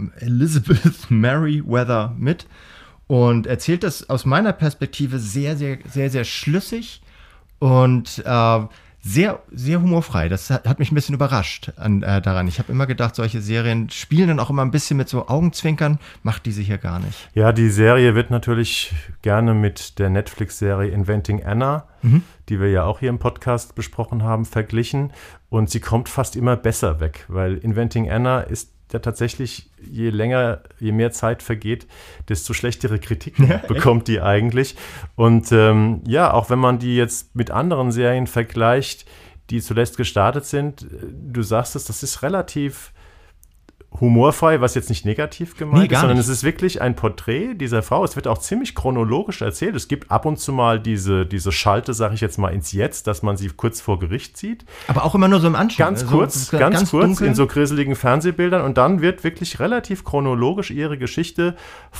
Merriweather mit und erzählt das aus meiner Perspektive sehr, sehr, sehr, sehr schlüssig und sehr, sehr humorfrei. Das hat mich ein bisschen überrascht daran. Ich habe immer gedacht, solche Serien spielen dann auch immer ein bisschen mit so Augenzwinkern, macht diese hier gar nicht. Ja, die Serie wird natürlich gerne mit der Netflix-Serie Inventing Anna, die wir ja auch hier im Podcast besprochen haben, verglichen. Und sie kommt fast immer besser weg, weil Inventing Anna ist ja tatsächlich, je mehr Zeit vergeht, desto schlechtere Kritiken bekommt die eigentlich. Und auch wenn man die jetzt mit anderen Serien vergleicht, die zuletzt gestartet sind, du sagst es, das ist relativ humorfrei, was jetzt nicht negativ gemeint ist, sondern nicht. es ist wirklich ein Porträt dieser Frau. Es wird auch ziemlich chronologisch erzählt. Es gibt ab und zu mal diese Schalte, sage ich jetzt mal, ins Jetzt, dass man sie kurz vor Gericht sieht. Aber auch immer nur so im Anschnitt. Ganz kurz, dunkel. in so grisseligen Fernsehbildern. Und dann wird wirklich relativ chronologisch ihre Geschichte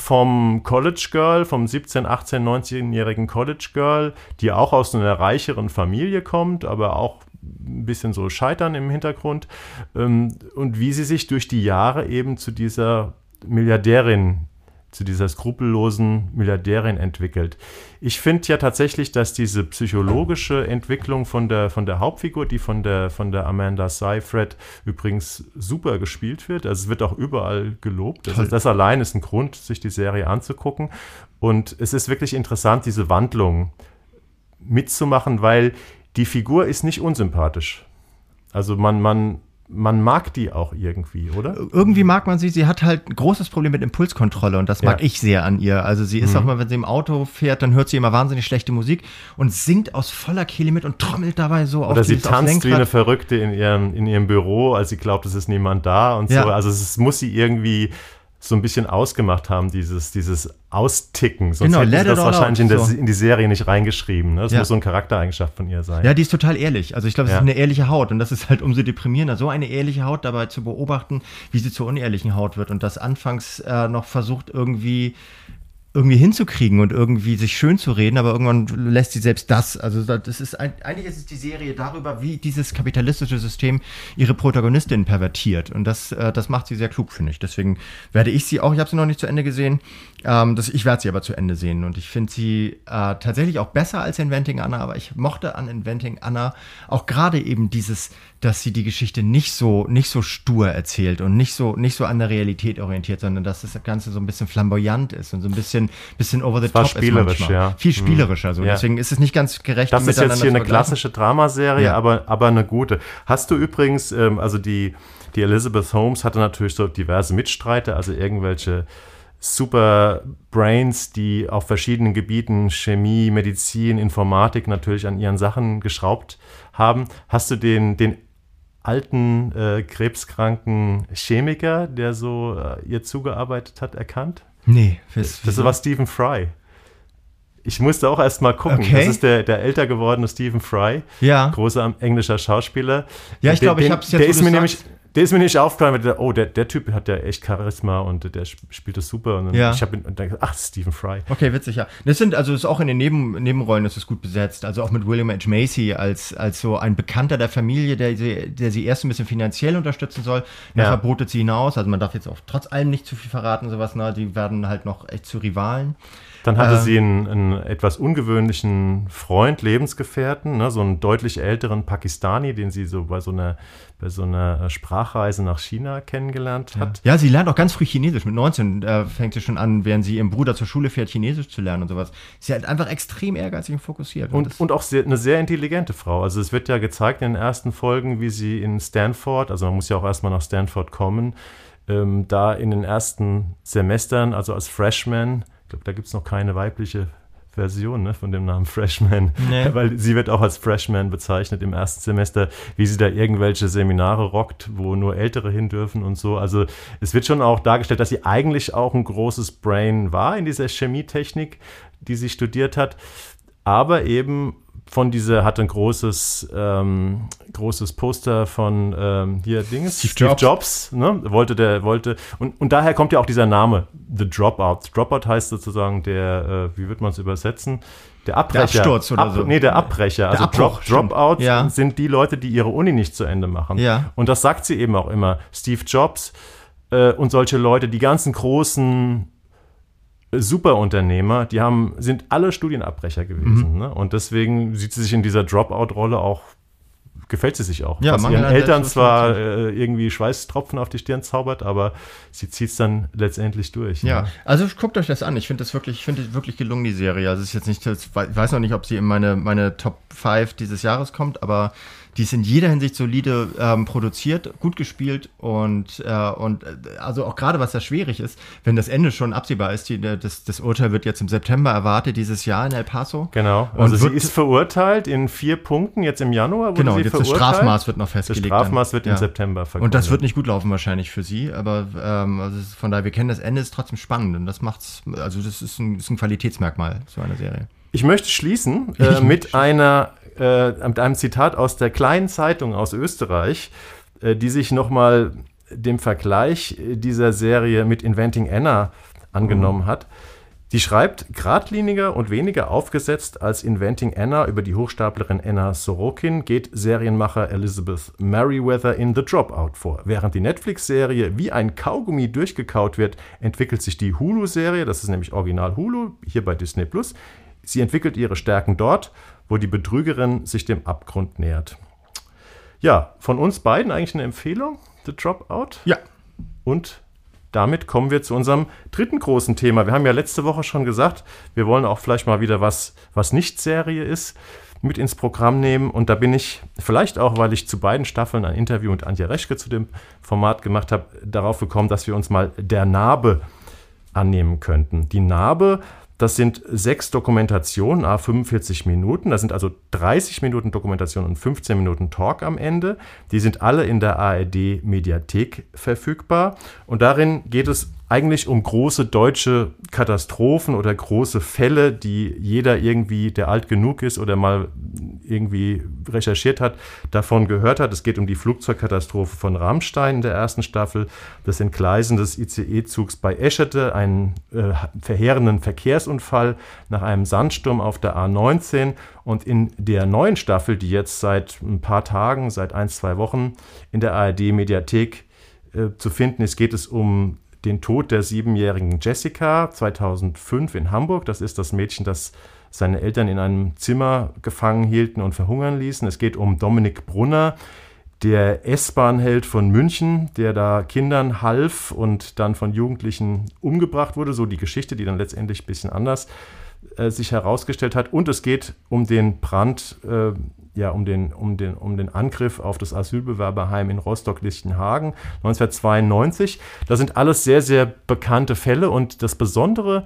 vom College Girl, vom 17-, 18-, 19-jährigen College Girl, die auch aus einer reicheren Familie kommt, aber auch ein bisschen so Scheitern im Hintergrund, und wie sie sich durch die Jahre eben zu dieser Milliardärin, zu dieser skrupellosen Milliardärin entwickelt. Ich finde ja tatsächlich, dass diese psychologische Entwicklung von der Hauptfigur, die von der Amanda Seyfried übrigens super gespielt wird, also es wird auch überall gelobt. Also das allein ist ein Grund, sich die Serie anzugucken. Und es ist wirklich interessant, diese Wandlung mitzumachen, weil die Figur ist nicht unsympathisch. Also man mag die auch irgendwie, oder? Irgendwie mag man sie. Sie hat halt ein großes Problem mit Impulskontrolle und das mag ich sehr an ihr. Also sie ist auch mal, wenn sie im Auto fährt, dann hört sie immer wahnsinnig schlechte Musik und singt aus voller Kehle mit und trommelt dabei so auf. Oder sie tanzt wie eine Verrückte in ihrem Büro, als sie glaubt, es ist niemand da und so. Also es muss sie irgendwie so ein bisschen ausgemacht haben, dieses Austicken. Sonst hätten sie das wahrscheinlich in die Serie nicht reingeschrieben. Ne? Das muss so eine Charaktereigenschaft von ihr sein. Ja, die ist total ehrlich. Also ich glaube, es ist eine ehrliche Haut. Und das ist halt umso deprimierender, so eine ehrliche Haut dabei zu beobachten, wie sie zur unehrlichen Haut wird. Und das anfangs noch versucht irgendwie hinzukriegen und irgendwie sich schön zu reden, aber irgendwann lässt sie selbst das. Also das ist eigentlich ist es die Serie darüber, wie dieses kapitalistische System ihre Protagonistin pervertiert. Und das macht sie sehr klug, finde ich. Deswegen werde ich sie auch, ich habe sie noch nicht zu Ende gesehen, ich werde sie aber zu Ende sehen. Und ich finde sie tatsächlich auch besser als Inventing Anna, aber ich mochte an Inventing Anna auch gerade eben dass sie die Geschichte nicht so stur erzählt und nicht so an der Realität orientiert, sondern dass das Ganze so ein bisschen flamboyant ist und so ein bisschen over the top ist manchmal. Viel spielerischer. So. Deswegen ist es nicht ganz gerecht. Das ist jetzt hier eine klassische Dramaserie, aber eine gute. Hast du übrigens, also die Elizabeth Holmes hatte natürlich so diverse Mitstreiter, also irgendwelche super Brains, die auf verschiedenen Gebieten, Chemie, Medizin, Informatik natürlich an ihren Sachen geschraubt haben. Hast du den alten, krebskranken Chemiker, der so ihr zugearbeitet hat, erkannt? Nee. Das war Stephen Fry. Ich musste auch erst mal gucken. Okay. Das ist der älter gewordene Stephen Fry, großer englischer Schauspieler. Ja, ich glaube, ich habe es jetzt Der ist mir nicht aufgefallen, weil der Typ hat ja echt Charisma und der spielt das super. Und ich habe dann gedacht, ach, Stephen Fry. Okay, witzig, ja. Ist auch in den Nebenrollen ist es gut besetzt. Also auch mit William H. Macy als so ein Bekannter der Familie, der sie erst ein bisschen finanziell unterstützen soll. Nachher brotet sie hinaus. Also man darf jetzt auch trotz allem nicht zu viel verraten, sowas. Ne? Die werden halt noch echt zu Rivalen. Dann hatte sie einen etwas ungewöhnlichen Freund, Lebensgefährten, ne, so einen deutlich älteren Pakistani, den sie so bei so einer Sprachreise nach China kennengelernt hat. Ja, sie lernt auch ganz früh Chinesisch. Mit 19 fängt sie schon an, während sie ihrem Bruder zur Schule fährt, Chinesisch zu lernen und sowas. Sie ist halt einfach extrem ehrgeizig und fokussiert. Und auch eine sehr intelligente Frau. Also es wird ja gezeigt in den ersten Folgen, wie sie in Stanford, also man muss ja auch erstmal nach Stanford kommen, da in den ersten Semestern, also als Freshman, ich glaube, da gibt es noch keine weibliche Version, ne, von dem Namen Freshman, weil sie wird auch als Freshman bezeichnet im ersten Semester, wie sie da irgendwelche Seminare rockt, wo nur Ältere hin dürfen und so. Also es wird schon auch dargestellt, dass sie eigentlich auch ein großes Brain war in dieser Chemietechnik, die sie studiert hat, aber eben hatte ein großes Poster von Steve Jobs, ne? wollte und daher kommt ja auch dieser Name The Dropout. Dropout heißt sozusagen wie wird man es übersetzen? Der Abbrecher. Der Absturz oder so. Nee, der Abbrecher. Also Dropouts sind die Leute, die ihre Uni nicht zu Ende machen. Ja. Und das sagt sie eben auch immer. Steve Jobs und solche Leute, die ganzen großen Superunternehmer, sind alle Studienabbrecher gewesen. Ne? Und deswegen sieht sie sich in dieser Dropout-Rolle auch, gefällt sie sich auch. Ja, was ihren Eltern zwar irgendwie Schweißtropfen auf die Stirn zaubert, aber sie zieht es dann letztendlich durch. Ja, ne? Also guckt euch das an. Ich finde wirklich gelungen, die Serie. Also es ist jetzt nicht, ich weiß noch nicht, ob sie in meine Top 5 dieses Jahres kommt, aber die ist in jeder Hinsicht solide produziert, gut gespielt und also auch gerade, was da schwierig ist, wenn das Ende schon absehbar ist, das Urteil wird jetzt im September erwartet, dieses Jahr in El Paso. Genau, also sie ist verurteilt in 4 Punkten, jetzt im Januar wurde sie verurteilt. Das Strafmaß wird noch festgelegt. Das Strafmaß wird im September verkündet. Und das wird nicht gut laufen wahrscheinlich für sie, aber also von daher, wir kennen das Ende, ist trotzdem spannend und das macht's, also das ist ein Qualitätsmerkmal so einer Serie. Ich möchte schließen mit einem Zitat aus der kleinen Zeitung aus Österreich, die sich nochmal dem Vergleich dieser Serie mit Inventing Anna angenommen hat. Die schreibt, geradliniger und weniger aufgesetzt als Inventing Anna über die Hochstaplerin Anna Sorokin geht Serienmacher Elizabeth Merriweather in The Dropout vor. Während die Netflix-Serie wie ein Kaugummi durchgekaut wird, entwickelt sich die Hulu-Serie, das ist nämlich Original Hulu, hier bei Disney+. Sie entwickelt ihre Stärken dort, wo die Betrügerin sich dem Abgrund nähert. Ja, von uns beiden eigentlich eine Empfehlung, The Dropout. Ja. Und damit kommen wir zu unserem dritten großen Thema. Wir haben ja letzte Woche schon gesagt, wir wollen auch vielleicht mal wieder was nicht Serie ist, mit ins Programm nehmen. Und da bin ich, vielleicht auch, weil ich zu beiden Staffeln ein Interview mit Antje Reschke zu dem Format gemacht habe, darauf gekommen, dass wir uns mal der Narbe annehmen könnten. Die Narbe, das sind 6 Dokumentationen, 45 Minuten. Das sind also 30 Minuten Dokumentation und 15 Minuten Talk am Ende. Die sind alle in der ARD-Mediathek verfügbar. Und darin geht es eigentlich um große deutsche Katastrophen oder große Fälle, die jeder irgendwie, der alt genug ist oder mal irgendwie recherchiert hat, davon gehört hat. Es geht um die Flugzeugkatastrophe von Rammstein in der ersten Staffel, das Entgleisen des ICE-Zugs bei Eschede, einen verheerenden Verkehrsunfall nach einem Sandsturm auf der A19. Und in der neuen Staffel, die jetzt seit ein paar Tagen, seit 1-2 Wochen in der ARD-Mediathek zu finden ist, geht es um den Tod der 7-jährigen Jessica 2005 in Hamburg. Das ist das Mädchen, das seine Eltern in einem Zimmer gefangen hielten und verhungern ließen. Es geht um Dominik Brunner, der S-Bahn-Held von München, der da Kindern half und dann von Jugendlichen umgebracht wurde. So die Geschichte, die dann letztendlich ein bisschen anders sich herausgestellt hat. Und es geht um den Brand, um den Angriff auf das Asylbewerberheim in Rostock-Lichtenhagen 1992. Das sind alles sehr, sehr bekannte Fälle. Und das Besondere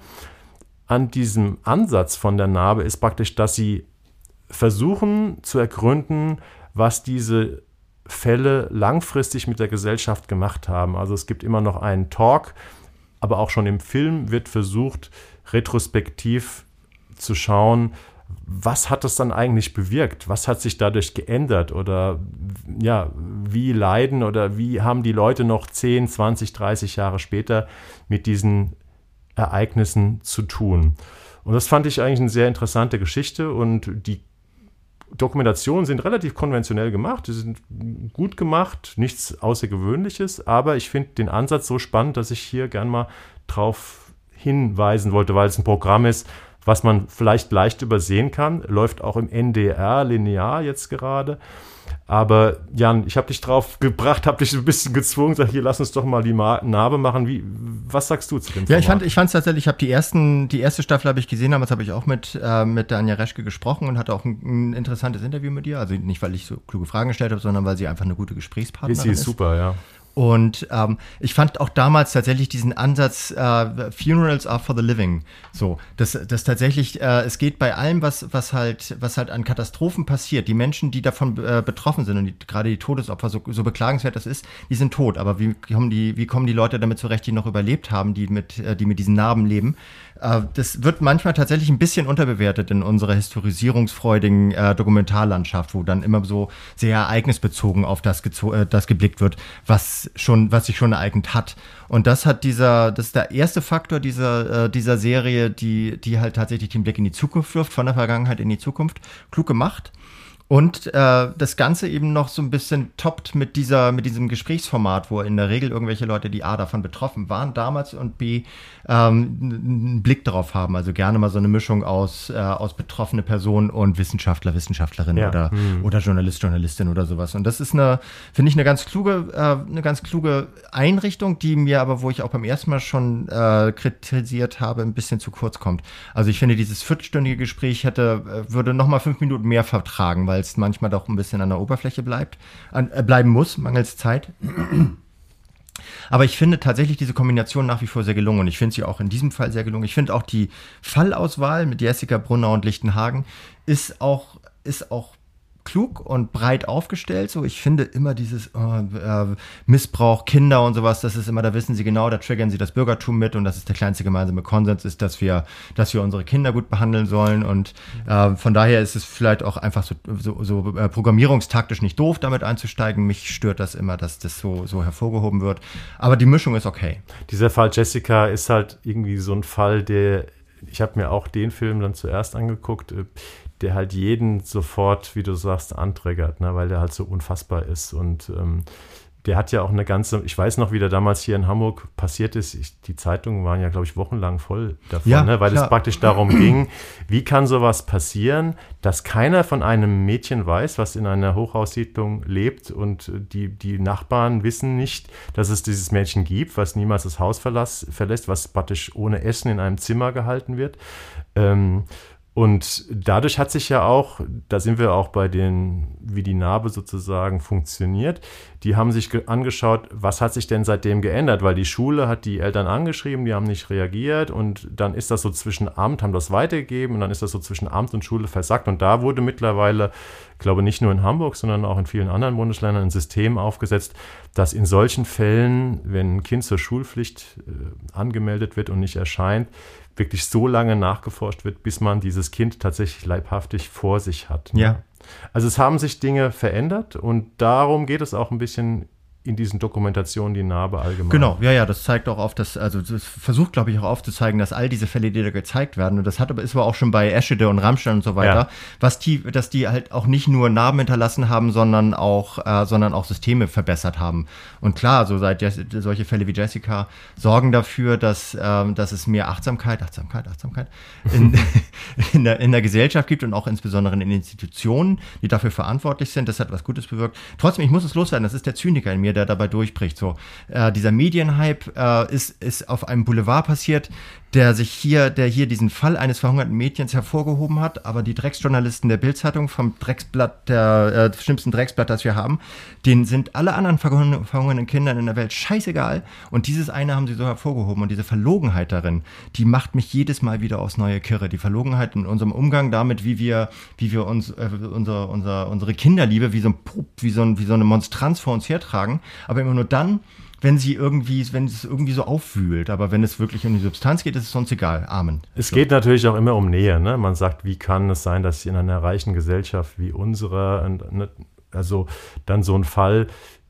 an diesem Ansatz von der Narbe ist praktisch, dass sie versuchen zu ergründen, was diese Fälle langfristig mit der Gesellschaft gemacht haben. Also es gibt immer noch einen Talk, aber auch schon im Film wird versucht, retrospektiv zu schauen, was hat es dann eigentlich bewirkt? Was hat sich dadurch geändert? Oder ja, wie leiden oder wie haben die Leute noch 10, 20, 30 Jahre später mit diesen Ereignissen zu tun? Und das fand ich eigentlich eine sehr interessante Geschichte und die Dokumentationen sind relativ konventionell gemacht, die sind gut gemacht, nichts Außergewöhnliches, aber ich finde den Ansatz so spannend, dass ich hier gern mal drauf hinweisen wollte, weil es ein Programm ist, was man vielleicht leicht übersehen kann, läuft auch im NDR linear jetzt gerade. Aber Jan, ich habe dich drauf gebracht, habe dich ein bisschen gezwungen, sag hier, lass uns doch mal die Narbe machen. Was sagst du zu dem Format? Ja, ich fand es tatsächlich, ich habe die erste Staffel habe ich gesehen, damals habe ich auch mit der Anja Reschke gesprochen und hatte auch ein interessantes Interview mit ihr. Also nicht, weil ich so kluge Fragen gestellt habe, sondern weil sie einfach eine gute Gesprächspartnerin ist. Sie ist super, ja. Und ich fand auch damals tatsächlich diesen Ansatz, Funerals are for the living. So, das tatsächlich, es geht bei allem, was halt an Katastrophen passiert. Die Menschen, die davon betroffen sind und gerade die Todesopfer, so beklagenswert das ist, die sind tot. Aber wie kommen die Leute damit zurecht, die noch überlebt haben, die mit diesen Narben leben? Das wird manchmal tatsächlich ein bisschen unterbewertet in unserer historisierungsfreudigen Dokumentarlandschaft, wo dann immer so sehr ereignisbezogen auf das geblickt wird, was sich schon ereignet hat. Und das ist der erste Faktor dieser Serie, die halt tatsächlich den Blick in die Zukunft wirft, von der Vergangenheit in die Zukunft, klug gemacht. Und das Ganze eben noch so ein bisschen toppt mit diesem Gesprächsformat, wo in der Regel irgendwelche Leute, die A, davon betroffen waren damals und B, einen Blick darauf haben. Also gerne mal so eine Mischung aus betroffene Personen und Wissenschaftler, Wissenschaftlerin oder Journalist, Journalistin oder sowas. Und das ist finde ich eine ganz kluge Einrichtung, die mir aber, wo ich auch beim ersten Mal schon kritisiert habe, ein bisschen zu kurz kommt. Also ich finde, dieses 40-stündige Gespräch würde noch mal 5 Minuten mehr vertragen, weil es manchmal doch ein bisschen an der Oberfläche bleiben muss, mangels Zeit. Aber ich finde tatsächlich diese Kombination nach wie vor sehr gelungen und ich finde sie auch in diesem Fall sehr gelungen. Ich finde auch die Fallauswahl mit Jessica Brunner und Lichtenhagen ist auch klug und breit aufgestellt. So, ich finde immer dieses Missbrauch, Kinder und sowas, das ist immer, da wissen sie genau, da triggern sie das Bürgertum mit und das ist der kleinste gemeinsame Konsens, ist, dass wir unsere Kinder gut behandeln sollen und von daher ist es vielleicht auch einfach so programmierungstaktisch nicht doof, damit einzusteigen. Mich stört das immer, dass das so hervorgehoben wird. Aber die Mischung ist okay. Dieser Fall Jessica ist halt irgendwie so ein Fall, ich habe mir auch den Film dann zuerst angeguckt, der halt jeden sofort, wie du sagst, anträgert, ne, weil der halt so unfassbar ist. Und der hat ja auch eine ganze, ich weiß noch, wie der damals hier in Hamburg passiert ist. Die Zeitungen waren ja, glaube ich, wochenlang voll davon, ja, ne, weil klar. es praktisch darum ging, wie kann sowas passieren, dass keiner von einem Mädchen weiß, was in einer Hochhaussiedlung lebt und die Nachbarn wissen nicht, dass es dieses Mädchen gibt, was niemals das Haus verlässt, was praktisch ohne Essen in einem Zimmer gehalten wird. Und dadurch hat sich ja auch, da sind wir auch bei wie die Narbe sozusagen funktioniert, die haben sich angeschaut, was hat sich denn seitdem geändert, weil die Schule hat die Eltern angeschrieben, die haben nicht reagiert und dann ist das so zwischen Amt, haben das weitergegeben und dann ist das so zwischen Amt und Schule versackt und da wurde mittlerweile, ich glaube nicht nur in Hamburg, sondern auch in vielen anderen Bundesländern ein System aufgesetzt, dass in solchen Fällen, wenn ein Kind zur Schulpflicht angemeldet wird und nicht erscheint, wirklich so lange nachgeforscht wird, bis man dieses Kind tatsächlich leibhaftig vor sich hat. Ne? Ja. Also es haben sich Dinge verändert und darum geht es auch ein bisschen in diesen Dokumentationen, die Narbe allgemein. Genau, ja, das zeigt auch auf, das versucht, glaube ich, auch aufzuzeigen, dass all diese Fälle, die da gezeigt werden, und das ist aber auch schon bei Eschede und Rammstein und so weiter, dass die halt auch nicht nur Narben hinterlassen haben, sondern auch Systeme verbessert haben. Und klar, solche Fälle wie Jessica sorgen dafür, dass es mehr Achtsamkeit in der Gesellschaft gibt und auch insbesondere in den Institutionen, die dafür verantwortlich sind. Das hat was Gutes bewirkt. Trotzdem, ich muss es loswerden, das ist der Zyniker in mir, der dabei durchbricht. So, dieser Medienhype ist auf einem Boulevard passiert, der hier diesen Fall eines verhungerten Mädchens hervorgehoben hat, aber die Drecksjournalisten der Bild-Zeitung vom Drecksblatt, der schlimmsten Drecksblatt, das wir haben, denen sind alle anderen verhungernden Kindern in der Welt scheißegal und dieses eine haben sie so hervorgehoben und diese Verlogenheit darin, die macht mich jedes Mal wieder aufs neue Kirre. Die Verlogenheit in unserem Umgang damit, wie wir uns unsere Kinderliebe wie so eine Monstranz vor uns hertragen, aber immer nur dann, wenn es irgendwie so aufwühlt. Aber wenn es wirklich um die Substanz geht, ist es sonst egal. Amen. Es geht natürlich auch immer um Nähe. Ne? Man sagt, wie kann es sein, dass in einer reichen Gesellschaft wie unserer, also dann so ein Fall,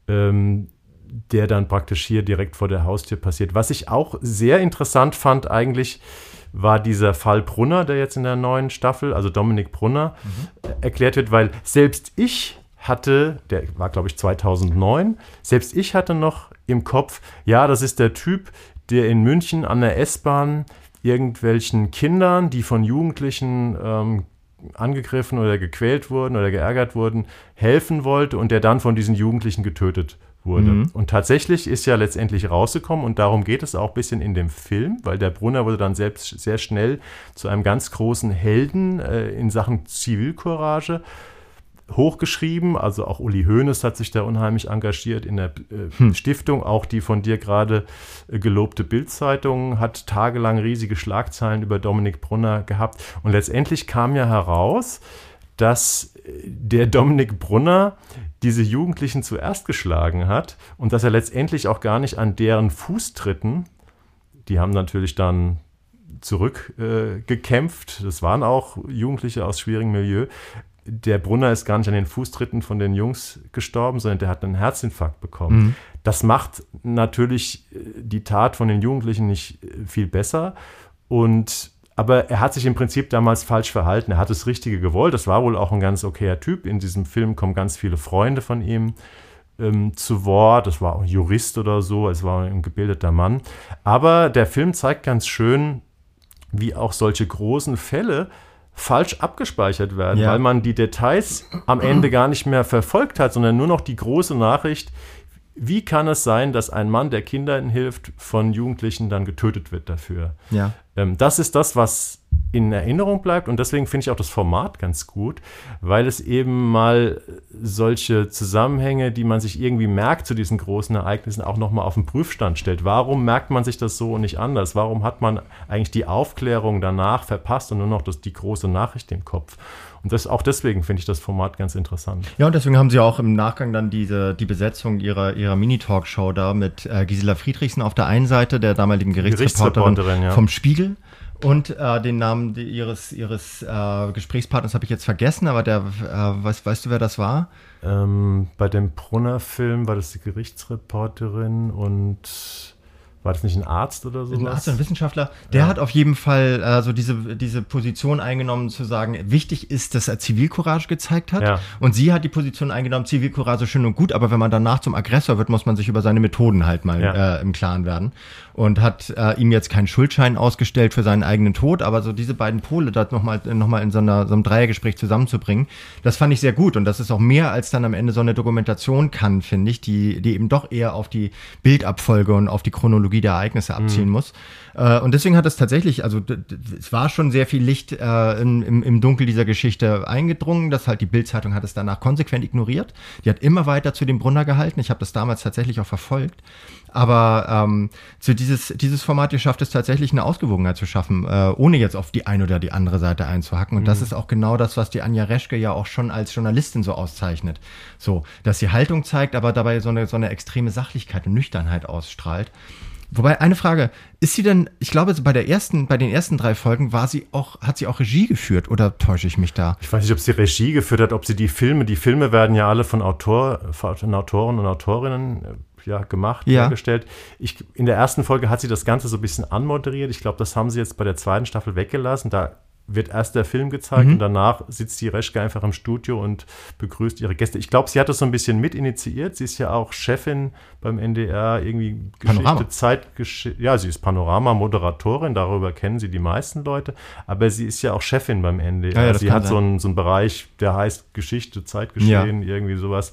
der dann praktisch hier direkt vor der Haustür passiert. Was ich auch sehr interessant fand eigentlich, war dieser Fall Brunner, der jetzt in der neuen Staffel, also Dominik Brunner, erklärt wird, weil selbst ich hatte, der war glaube ich 2009, selbst ich hatte noch im Kopf, ja, das ist der Typ, der in München an der S-Bahn irgendwelchen Kindern, die von Jugendlichen angegriffen oder gequält wurden oder geärgert wurden, helfen wollte und der dann von diesen Jugendlichen getötet wurde. Mhm. Und tatsächlich ist ja letztendlich rausgekommen und darum geht es auch ein bisschen in dem Film, weil der Brunner wurde dann selbst sehr schnell zu einem ganz großen Helden in Sachen Zivilcourage hochgeschrieben, also auch Uli Hoeneß hat sich da unheimlich engagiert in der Stiftung, auch die von dir gerade gelobte Bild-Zeitung hat tagelang riesige Schlagzeilen über Dominik Brunner gehabt und letztendlich kam ja heraus, dass der Dominik Brunner diese Jugendlichen zuerst geschlagen hat und dass er letztendlich auch gar nicht an deren Fußtritten, die haben natürlich dann zurückgekämpft, das waren auch Jugendliche aus schwierigem Milieu. Der Brunner ist gar nicht an den Fußtritten von den Jungs gestorben, sondern der hat einen Herzinfarkt bekommen. Mhm. Das macht natürlich die Tat von den Jugendlichen nicht viel besser. Aber er hat sich im Prinzip damals falsch verhalten. Er hat das Richtige gewollt. Das war wohl auch ein ganz okayer Typ. In diesem Film kommen ganz viele Freunde von ihm zu Wort. Das war auch ein Jurist oder so. Es war ein gebildeter Mann. Aber der Film zeigt ganz schön, wie auch solche großen Fälle falsch abgespeichert werden, weil man die Details am Ende gar nicht mehr verfolgt hat, sondern nur noch die große Nachricht, wie kann es sein, dass ein Mann, der Kindern hilft, von Jugendlichen dann getötet wird dafür. Ja. Das ist das, was in Erinnerung bleibt. Und deswegen finde ich auch das Format ganz gut, weil es eben mal solche Zusammenhänge, die man sich irgendwie merkt zu diesen großen Ereignissen, auch nochmal auf den Prüfstand stellt. Warum merkt man sich das so und nicht anders? Warum hat man eigentlich die Aufklärung danach verpasst und nur noch die große Nachricht im Kopf? Und auch deswegen finde ich das Format ganz interessant. Ja, und deswegen haben sie auch im Nachgang dann die Besetzung ihrer Mini-Talkshow da mit Gisela Friedrichsen auf der einen Seite, der damaligen Gerichtsreporterin vom Spiegel. Und den Namen ihres Gesprächspartners habe ich jetzt vergessen, aber weißt du, wer das war? Bei dem Brunner-Film war das die Gerichtsreporterin und war das nicht ein Arzt oder sowas? Ein Arzt, ein Wissenschaftler. Der hat auf jeden Fall so diese Position eingenommen, zu sagen, wichtig ist, dass er Zivilcourage gezeigt hat. Ja. Und sie hat die Position eingenommen, Zivilcourage schön und gut, aber wenn man danach zum Aggressor wird, muss man sich über seine Methoden halt mal im Klaren werden. Und hat ihm jetzt keinen Schuldschein ausgestellt für seinen eigenen Tod, aber so diese beiden Pole da nochmal in so einem Dreiergespräch zusammenzubringen, das fand ich sehr gut. Und das ist auch mehr, als dann am Ende so eine Dokumentation kann, finde ich, die eben doch eher auf die Bildabfolge und auf die Chronologie der Ereignisse abzielen muss. Und deswegen hat es tatsächlich, also es war schon sehr viel Licht im Dunkel dieser Geschichte eingedrungen, dass halt die Bild-Zeitung hat es danach konsequent ignoriert. Die hat immer weiter zu dem Brunner gehalten. Ich habe das damals tatsächlich auch verfolgt. Aber dieses Format hier schafft es tatsächlich, eine Ausgewogenheit zu schaffen, ohne jetzt auf die eine oder die andere Seite einzuhacken. Und das ist auch genau das, was die Anja Reschke ja auch schon als Journalistin so auszeichnet. So, dass sie Haltung zeigt, aber dabei so eine extreme Sachlichkeit und Nüchternheit ausstrahlt. Wobei, eine Frage, ist sie denn, ich glaube, bei den ersten 3 Folgen hat sie auch Regie geführt, oder täusche ich mich da? Ich weiß nicht, ob sie Regie geführt hat, ob sie die Filme werden ja alle von Autoren und Autorinnen gemacht, hergestellt. In der ersten Folge hat sie das Ganze so ein bisschen anmoderiert. Ich glaube, das haben sie jetzt bei der 2. Staffel weggelassen. Da wird erst der Film gezeigt und danach sitzt die Reschke einfach im Studio und begrüßt ihre Gäste. Ich glaube, sie hat das so ein bisschen mit initiiert. Sie ist ja auch Chefin beim NDR, irgendwie Geschichte, sie ist Panorama-Moderatorin, darüber kennen sie die meisten Leute, aber sie ist ja auch Chefin beim NDR. Sie hat so einen Bereich, der heißt Geschichte, Zeitgeschehen, irgendwie sowas.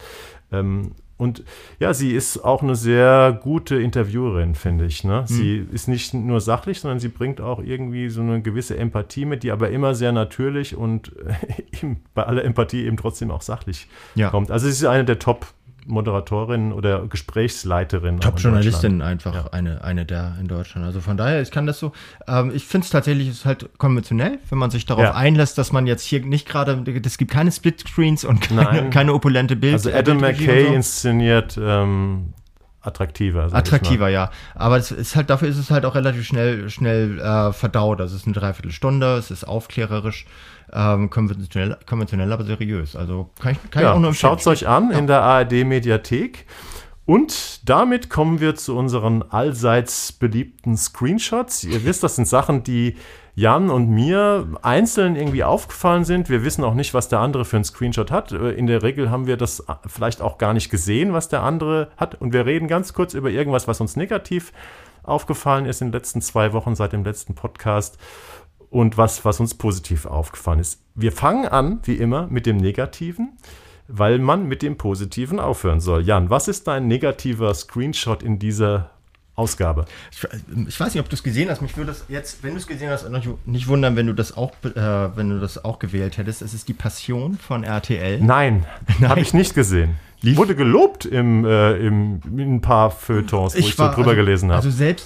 Und ja, sie ist auch eine sehr gute Interviewerin, finde ich. Ne? Sie ist nicht nur sachlich, sondern sie bringt auch irgendwie so eine gewisse Empathie mit, die aber immer sehr natürlich und bei aller Empathie eben trotzdem auch sachlich kommt. Also sie ist eine der Top-Moderatorinnen oder Gesprächsleiterinnen. Top-Journalistin einfach, eine der in Deutschland. Also von daher, ich kann das so, ich finde es tatsächlich, ist halt konventionell, wenn man sich darauf einlässt, dass man jetzt hier nicht gerade, es gibt keine Splitscreens und keine opulente Bild. Also Adam McKay inszeniert attraktiver. Attraktiver, ja. Aber es ist halt, dafür ist es halt auch relativ schnell verdaut. Also es ist eine Dreiviertelstunde, es ist aufklärerisch, konventionell, aber seriös. Also kann ich auch nur empfehlen. Schaut es euch an in der ARD-Mediathek. Und damit kommen wir zu unseren allseits beliebten Screenshots. Ihr wisst, das sind Sachen, die Jan und mir einzeln irgendwie aufgefallen sind. Wir wissen auch nicht, was der andere für einen Screenshot hat. In der Regel haben wir das vielleicht auch gar nicht gesehen, was der andere hat. Und wir reden ganz kurz über irgendwas, was uns negativ aufgefallen ist in den letzten 2 Wochen seit dem letzten Podcast und was uns positiv aufgefallen ist. Wir fangen an, wie immer, mit dem Negativen, weil man mit dem Positiven aufhören soll. Jan, was ist dein negativer Screenshot in dieser Ausgabe? Ich weiß nicht, ob du es gesehen hast. Mich würde es jetzt, wenn du es gesehen hast, nicht wundern, wenn du das auch gewählt hättest. Es ist die Passion von RTL. Nein. Habe ich nicht gesehen. Wurde gelobt in ein paar Feuilletons, wo ich so drüber gelesen habe. Also selbst,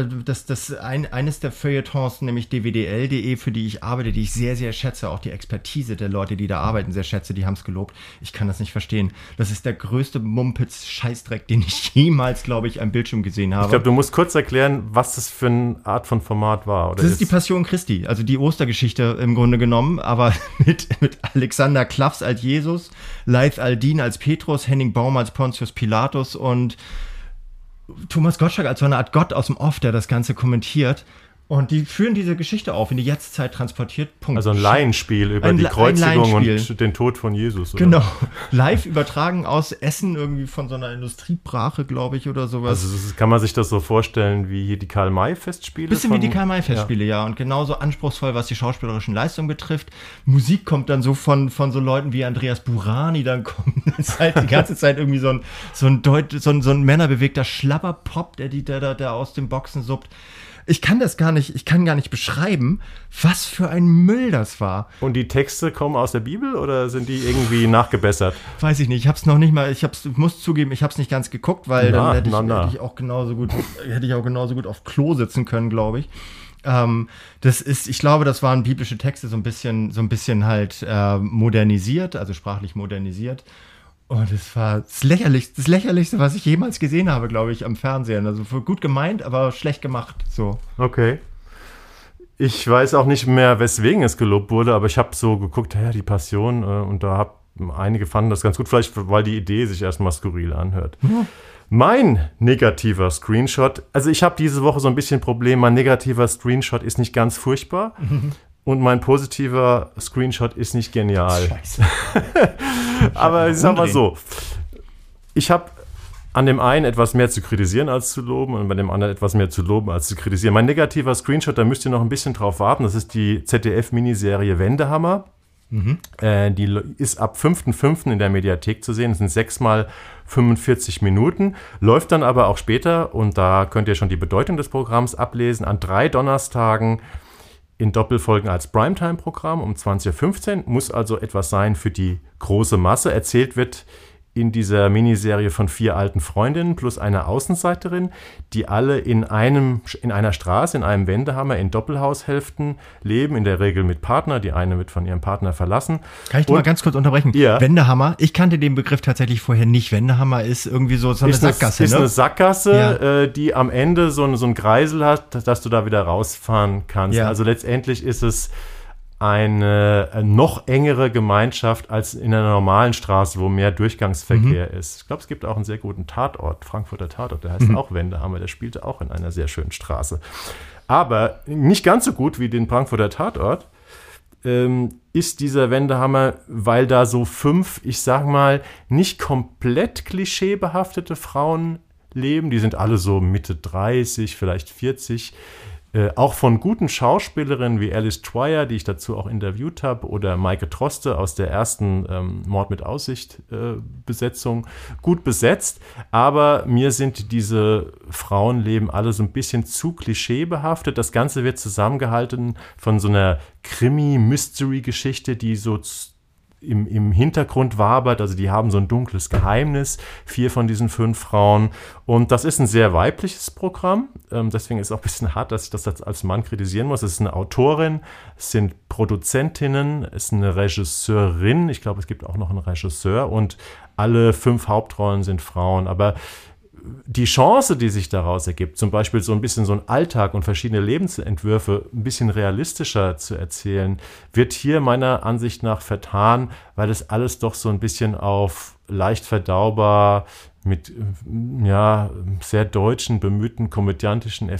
eines der Feuilletons, nämlich dwdl.de, für die ich arbeite, die ich sehr, sehr schätze, auch die Expertise der Leute, die da arbeiten, sehr schätze, die haben es gelobt. Ich kann das nicht verstehen. Das ist der größte Mumpitz-Scheißdreck, den ich jemals, glaube ich, am Bildschirm gesehen habe. Ich glaube, du musst kurz erklären, was das für eine Art von Format war. Oder das ist die Passion Christi, also die Ostergeschichte im Grunde genommen, aber mit Alexander Klaffs als Jesus, Leith Aldin als Petrus, Henning Baum als Pontius Pilatus und Thomas Gottschalk als so eine Art Gott aus dem Off, der das Ganze kommentiert. Und die führen diese Geschichte auf, in die Jetztzeit transportiert. Punkt. Also ein Laienspiel über die Kreuzigung und den Tod von Jesus. Oder? Genau. Live übertragen aus Essen, irgendwie von so einer Industriebrache, glaube ich, oder sowas. Also kann man sich das so vorstellen wie hier die Karl-May-Festspiele? Bisschen wie die Karl-May-Festspiele, ja. Und genauso anspruchsvoll, was die schauspielerischen Leistungen betrifft. Musik kommt dann so von so Leuten wie Andreas Burani, dann kommt halt die ganze Zeit irgendwie so ein männerbewegter Schlapperpop, der aus den Boxen suppt. Ich kann gar nicht beschreiben, was für ein Müll das war. Und die Texte kommen aus der Bibel oder sind die irgendwie nachgebessert? Weiß ich nicht, ich hab's noch nicht mal, muss zugeben, ich hab's nicht ganz geguckt, weil dann hätte ich auch genauso gut auf Klo sitzen können, glaube ich. Ich glaube, das waren biblische Texte so ein bisschen halt modernisiert, also sprachlich modernisiert. Und es war das Lächerlichste, was ich jemals gesehen habe, glaube ich, am Fernsehen. Also gut gemeint, aber schlecht gemacht. So. Okay. Ich weiß auch nicht mehr, weswegen es gelobt wurde, aber ich habe so geguckt, die Passion, und da einige fanden das ganz gut, vielleicht weil die Idee sich erstmal skurril anhört. Ja. Mein negativer Screenshot, also ich habe diese Woche so ein bisschen ein Problem, mein negativer Screenshot ist nicht ganz furchtbar. Und mein positiver Screenshot ist nicht genial. Scheiße. Aber ich sag mal so, ich habe an dem einen etwas mehr zu kritisieren als zu loben und bei dem anderen etwas mehr zu loben als zu kritisieren. Mein negativer Screenshot, da müsst ihr noch ein bisschen drauf warten, das ist die ZDF-Miniserie Wendehammer. Die ist ab 5.5. in der Mediathek zu sehen. Das sind 6 mal 45 Minuten. Läuft dann aber auch später, und da könnt ihr schon die Bedeutung des Programms ablesen, an 3 Donnerstagen in Doppelfolgen als Primetime-Programm um 20.15 Uhr. Muss also etwas sein für die große Masse. Erzählt wird in dieser Miniserie von 4 alten Freundinnen plus einer Außenseiterin, die alle in einer Straße, in einem Wendehammer, in Doppelhaushälften leben, in der Regel mit Partner. Die eine wird von ihrem Partner verlassen. Kann ich mal ganz kurz unterbrechen? Ja. Wendehammer, ich kannte den Begriff tatsächlich vorher nicht. Wendehammer ist irgendwie so eine Sackgasse, ist ne? eine Sackgasse, ja. Die am Ende so einen Kreisel hat, dass du da wieder rausfahren kannst. Ja. Also letztendlich ist es eine noch engere Gemeinschaft als in einer normalen Straße, wo mehr Durchgangsverkehr ist. Ich glaube, es gibt auch einen sehr guten Tatort, Frankfurter Tatort, der heißt auch Wendehammer, der spielte auch in einer sehr schönen Straße. Aber nicht ganz so gut wie den Frankfurter Tatort ist dieser Wendehammer, weil da so 5, ich sag mal, nicht komplett klischeebehaftete Frauen leben. Die sind alle so Mitte 30, vielleicht 40. Auch von guten Schauspielerinnen wie Alice Twyre, die ich dazu auch interviewt habe, oder Maike Troste aus der ersten Mord mit Aussicht Besetzung gut besetzt. Aber mir sind diese Frauenleben alle so ein bisschen zu klischeebehaftet. Das Ganze wird zusammengehalten von so einer Krimi-Mystery-Geschichte, die so im Hintergrund wabert, also die haben so ein dunkles Geheimnis, 4 von diesen 5 Frauen, und das ist ein sehr weibliches Programm, deswegen ist es auch ein bisschen hart, dass ich das als Mann kritisieren muss. Es ist eine Autorin, es sind Produzentinnen, es ist eine Regisseurin, ich glaube, es gibt auch noch einen Regisseur, und alle 5 Hauptrollen sind Frauen, aber die Chance, die sich daraus ergibt, zum Beispiel so ein bisschen so ein Alltag und verschiedene Lebensentwürfe ein bisschen realistischer zu erzählen, wird hier meiner Ansicht nach vertan, weil das alles doch so ein bisschen auf leicht verdaubar mit sehr deutschen, bemühten komödiantischen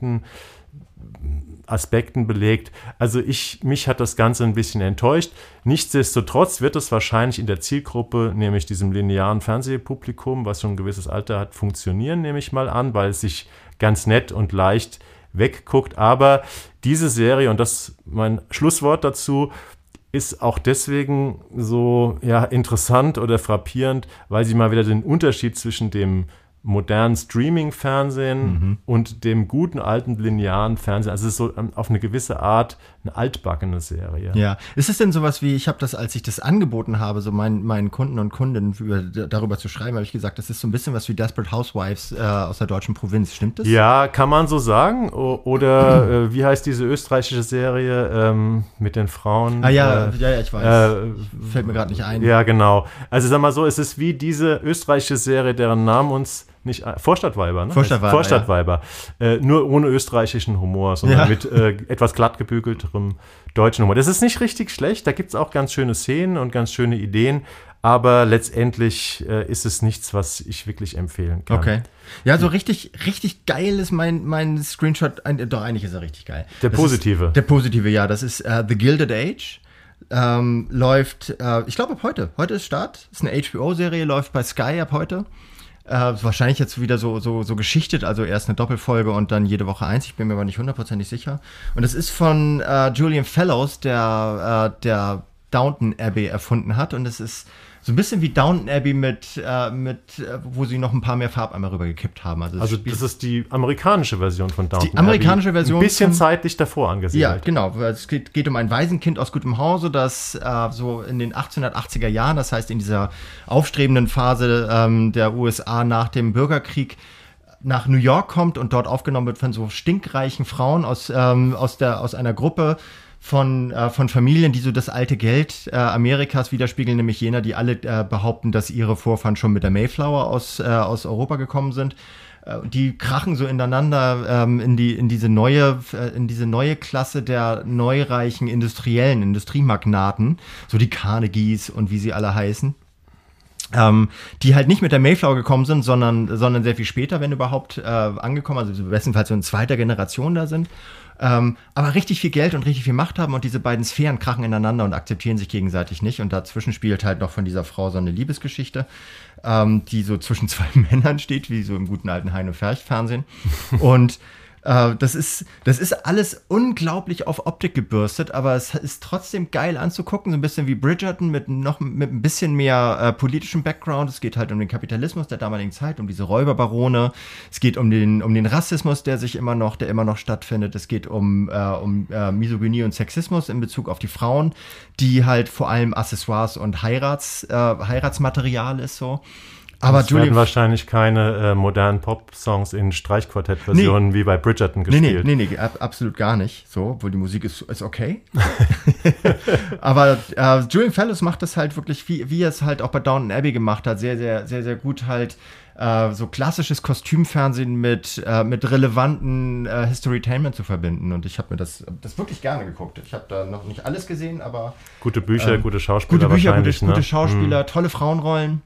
Aspekten belegt. Also mich hat das Ganze ein bisschen enttäuscht. Nichtsdestotrotz wird es wahrscheinlich in der Zielgruppe, nämlich diesem linearen Fernsehpublikum, was schon ein gewisses Alter hat, funktionieren, nehme ich mal an, weil es sich ganz nett und leicht wegguckt. Aber diese Serie, und das ist mein Schlusswort dazu, ist auch deswegen so interessant oder frappierend, weil sie mal wieder den Unterschied zwischen dem modernen Streaming-Fernsehen und dem guten alten linearen Fernsehen. Also es ist so auf eine gewisse Art eine altbackene Serie. Ja. Ist es denn sowas wie, ich habe das, als ich das angeboten habe, so meinen Kunden und Kundinnen darüber zu schreiben, habe ich gesagt, das ist so ein bisschen was wie Desperate Housewives aus der deutschen Provinz. Stimmt das? Ja, kann man so sagen. Oder wie heißt diese österreichische Serie mit den Frauen? Ja, ich weiß. Fällt mir gerade nicht ein. Ja, genau. Also sag mal so, es ist wie diese österreichische Serie, deren Namen uns nicht Vorstadtweiber, ne? Vorstadtweiber. Ja. Nur ohne österreichischen Humor, sondern mit etwas glattgebügelterem deutschen Humor. Das ist nicht richtig schlecht, da gibt es auch ganz schöne Szenen und ganz schöne Ideen, aber letztendlich ist es nichts, was ich wirklich empfehlen kann. Okay. Ja, so richtig geil ist mein Screenshot, doch eigentlich ist er richtig geil. Der positive, ja, das ist The Gilded Age. Läuft, ich glaube ab heute. Heute ist Start. Ist eine HBO-Serie, läuft bei Sky ab heute. Wahrscheinlich jetzt wieder so geschichtet, also erst eine Doppelfolge und dann jede Woche 1. Ich bin mir aber nicht hundertprozentig sicher. Und es ist von Julian Fellows, der Downton Abbey erfunden hat. Und es ist So ein bisschen wie Downton Abbey wo sie noch ein paar mehr Farbeimer rübergekippt haben. Also das ist die amerikanische Version von Downton Abbey. Die amerikanische Version. Ein bisschen zeitlich davor angesiedelt. Ja, genau. Es geht um ein Waisenkind aus gutem Hause, das so in den 1880er Jahren, das heißt in dieser aufstrebenden Phase der USA nach dem Bürgerkrieg, nach New York kommt und dort aufgenommen wird von so stinkreichen Frauen aus einer Gruppe von Familien, die so das alte Geld Amerikas widerspiegeln, nämlich jener, die alle behaupten, dass ihre Vorfahren schon mit der Mayflower aus Europa gekommen sind. Die krachen so ineinander in diese neue Klasse der neureichen Industriemagnaten, so die Carnegies und wie sie alle heißen. Die halt nicht mit der Mayflower gekommen sind, sondern sehr viel später, wenn überhaupt, angekommen, also bestenfalls so in zweiter Generation da sind, aber richtig viel Geld und richtig viel Macht haben und diese beiden Sphären krachen ineinander und akzeptieren sich gegenseitig nicht und dazwischen spielt halt noch von dieser Frau so eine Liebesgeschichte, die so zwischen zwei Männern steht, wie so im guten alten Hein- und Ferch-Fernsehen und das ist alles unglaublich auf Optik gebürstet, aber es ist trotzdem geil anzugucken, so ein bisschen wie Bridgerton mit ein bisschen mehr politischem Background. Es geht halt um den Kapitalismus der damaligen Zeit, um diese Räuberbarone. Es geht um den Rassismus, der immer noch stattfindet. Es geht um Misogynie und Sexismus in Bezug auf die Frauen, die halt vor allem Accessoires und Heiratsmaterial ist so. Aber es werden wahrscheinlich keine modernen Pop-Songs in Streichquartett-Versionen wie bei Bridgerton gespielt. Nee, absolut gar nicht. So, obwohl die Musik ist okay. Aber Julian Fellows macht das halt wirklich, wie er es halt auch bei Downton Abbey gemacht hat, sehr, sehr, sehr, sehr gut halt so klassisches Kostümfernsehen mit relevanten Historytainment zu verbinden. Und ich habe mir das wirklich gerne geguckt. Ich habe da noch nicht alles gesehen, aber gute Bücher, gute Schauspieler wahrscheinlich. Gute Schauspieler, tolle Frauenrollen.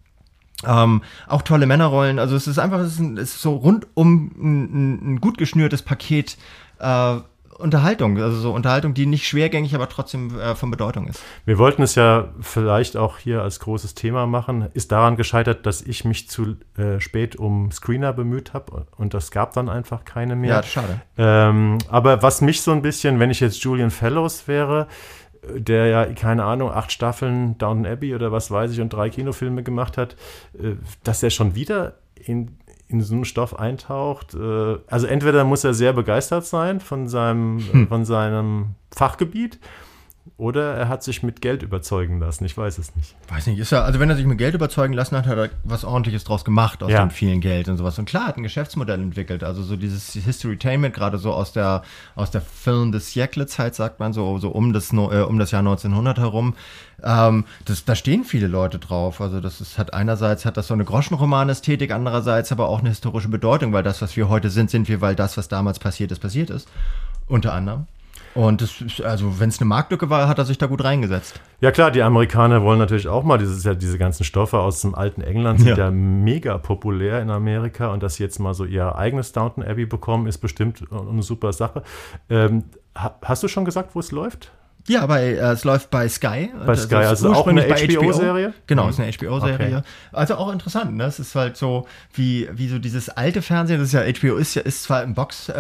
Auch tolle Männerrollen, also es ist so rundum ein gut geschnürtes Paket Unterhaltung, also so Unterhaltung, die nicht schwergängig, aber trotzdem von Bedeutung ist. Wir wollten es ja vielleicht auch hier als großes Thema machen, ist daran gescheitert, dass ich mich zu spät um Screener bemüht habe und das gab dann einfach keine mehr. Ja, schade. Aber was mich so ein bisschen, wenn ich jetzt Julian Fellows wäre, der ja, keine Ahnung, 8 Staffeln Downton Abbey oder was weiß ich und 3 Kinofilme gemacht hat, dass er schon wieder in so einen Stoff eintaucht. Also entweder muss er sehr begeistert sein von seinem Fachgebiet oder er hat sich mit Geld überzeugen lassen. Ich weiß es nicht. Weiß nicht. Also wenn er sich mit Geld überzeugen lassen hat, hat er was Ordentliches draus gemacht aus dem vielen Geld und sowas. Und klar, hat ein Geschäftsmodell entwickelt. Also so dieses Historytainment, gerade so aus der Film des Siècle-Zeit, sagt man so um das Jahr 1900 herum. Da stehen viele Leute drauf. Also einerseits hat das so eine Groschenroman-Ästhetik, andererseits aber auch eine historische Bedeutung, weil das, was wir heute sind wir, weil das, was damals passiert ist. Unter anderem. Und wenn es eine Marktlücke war, hat er sich da gut reingesetzt. Ja klar, die Amerikaner wollen natürlich auch mal, diese ganzen Stoffe aus dem alten England sind ja mega populär in Amerika und dass sie jetzt mal so ihr eigenes Downton Abbey bekommen, ist bestimmt eine super Sache. Hast du schon gesagt, wo es läuft? Ja, es läuft bei Sky. Bei Sky, also auch eine HBO-Serie? Genau, ist eine HBO-Serie. Okay. Also auch interessant, ne? Es ist halt so, wie so dieses alte Fernsehen, das ist ja, HBO ist zwar im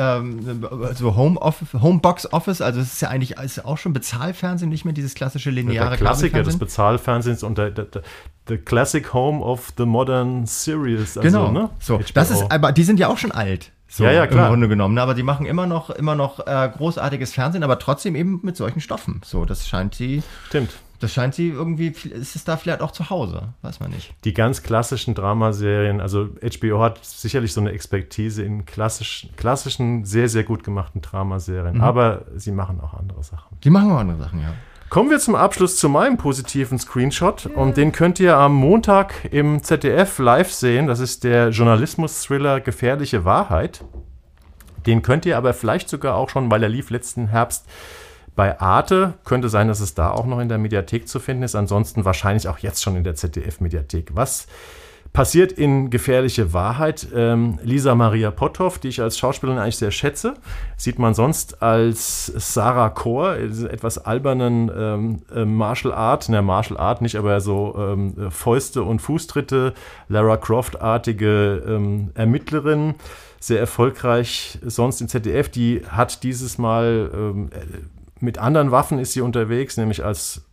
Home-Box Office, also es ist ja eigentlich auch schon Bezahlfernsehen, nicht mehr dieses klassische lineare der Klassiker des Bezahlfernsehens und the classic home of the modern series. Also, genau, ne? So, das ist, aber die sind ja auch schon alt. So, ja, klar. Im Grunde genommen. Aber die machen immer noch großartiges Fernsehen, aber trotzdem eben mit solchen Stoffen. So, das scheint sie irgendwie, ist es da vielleicht auch zu Hause, weiß man nicht. Die ganz klassischen Dramaserien, also HBO hat sicherlich so eine Expertise in klassischen, sehr, sehr gut gemachten Dramaserien, aber sie machen auch andere Sachen. Die machen auch andere Sachen, ja. Kommen wir zum Abschluss zu meinem positiven Screenshot und den könnt ihr am Montag im ZDF live sehen. Das ist der Journalismus-Thriller Gefährliche Wahrheit. Den könnt ihr aber vielleicht sogar auch schon, weil er lief letzten Herbst bei Arte. Könnte sein, dass es da auch noch in der Mediathek zu finden ist. Ansonsten wahrscheinlich auch jetzt schon in der ZDF-Mediathek. Was passiert in Gefährliche Wahrheit? Lisa Maria Potthoff, die ich als Schauspielerin eigentlich sehr schätze, sieht man sonst als Sarah Kor, etwas albernen Martial Art nicht, aber so Fäuste und Fußtritte, Lara Croft-artige Ermittlerin, sehr erfolgreich sonst im ZDF. Die hat dieses Mal mit anderen Waffen ist sie unterwegs, nämlich als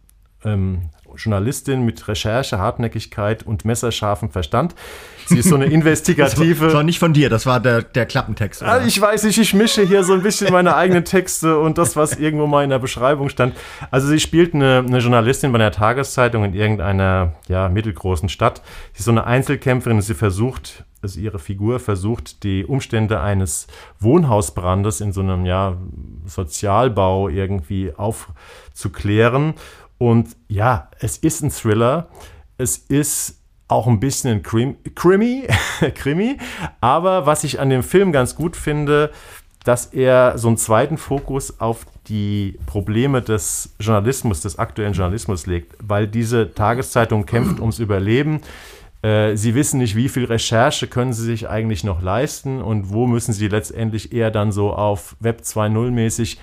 Journalistin mit Recherche, Hartnäckigkeit und messerscharfem Verstand. Sie ist so eine investigative... Das war nicht von dir, das war der Klappentext. Oder? Ich weiß nicht, ich mische hier so ein bisschen meine eigenen Texte und das, was irgendwo mal in der Beschreibung stand. Also sie spielt eine Journalistin bei einer Tageszeitung in irgendeiner mittelgroßen Stadt. Sie ist so eine Einzelkämpferin und ihre Figur versucht, die Umstände eines Wohnhausbrandes in so einem Sozialbau irgendwie aufzuklären. Und ja, es ist ein Thriller, es ist auch ein bisschen ein Krimi, aber was ich an dem Film ganz gut finde, dass er so einen zweiten Fokus auf die Probleme des Journalismus, des aktuellen Journalismus legt, weil diese Tageszeitung kämpft ums Überleben. Sie wissen nicht, wie viel Recherche können sie sich eigentlich noch leisten und wo müssen sie letztendlich eher dann so auf Web 2.0 mäßig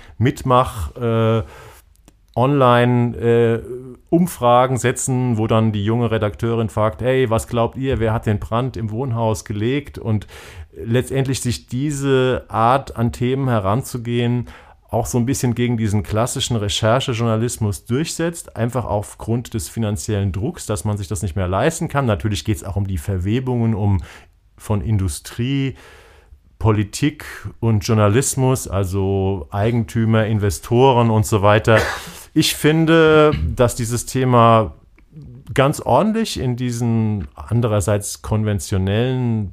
Online-Umfragen setzen, wo dann die junge Redakteurin fragt, hey, was glaubt ihr, wer hat den Brand im Wohnhaus gelegt? Und letztendlich sich diese Art an Themen heranzugehen, auch so ein bisschen gegen diesen klassischen Recherchejournalismus durchsetzt, einfach aufgrund des finanziellen Drucks, dass man sich das nicht mehr leisten kann. Natürlich geht es auch um die Verwebungen von Industrie, Politik und Journalismus, also Eigentümer, Investoren und so weiter. Ich finde, dass dieses Thema ganz ordentlich in diesen andererseits konventionellen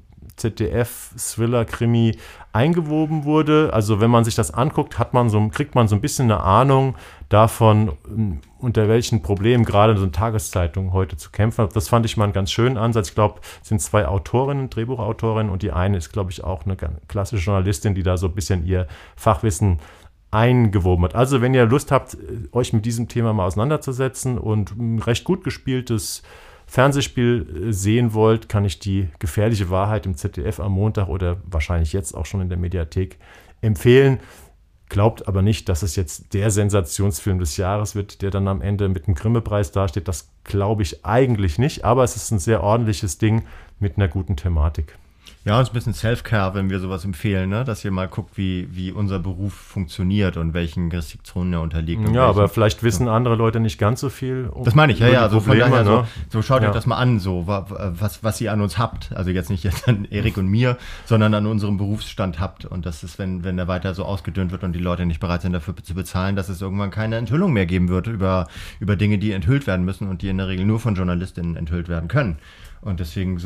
ZDF-Thriller-Krimi eingewoben wurde. Also wenn man sich das anguckt, kriegt man so ein bisschen eine Ahnung davon, unter welchen Problemen gerade so eine Tageszeitung heute zu kämpfen hat. Das fand ich mal einen ganz schönen Ansatz. Ich glaube, es sind 2 Autorinnen, Drehbuchautorinnen, und die eine ist, glaube ich, auch eine klassische Journalistin, die da so ein bisschen ihr Fachwissen eingewoben hat. Also wenn ihr Lust habt, euch mit diesem Thema mal auseinanderzusetzen und ein recht gut gespieltes Fernsehspiel sehen wollt, kann ich die gefährliche Wahrheit im ZDF am Montag oder wahrscheinlich jetzt auch schon in der Mediathek empfehlen. Glaubt aber nicht, dass es jetzt der Sensationsfilm des Jahres wird, der dann am Ende mit dem Grimme-Preis dasteht. Das glaube ich eigentlich nicht, aber es ist ein sehr ordentliches Ding mit einer guten Thematik. Ja, es ist ein bisschen Self-Care, wenn wir sowas empfehlen, ne? Dass ihr mal guckt, wie unser Beruf funktioniert und welchen Restriktionen er unterliegt. Ja, aber vielleicht wissen andere Leute nicht ganz so viel. Das meine ich, ja. So von daher, so schaut euch das mal an, so was ihr an uns habt. Also jetzt nicht an Erik und mir, sondern an unserem Berufsstand habt. Und das ist, wenn er weiter so ausgedünnt wird und die Leute nicht bereit sind, dafür zu bezahlen, dass es irgendwann keine Enthüllung mehr geben wird über Dinge, die enthüllt werden müssen und die in der Regel nur von JournalistInnen enthüllt werden können. Und deswegen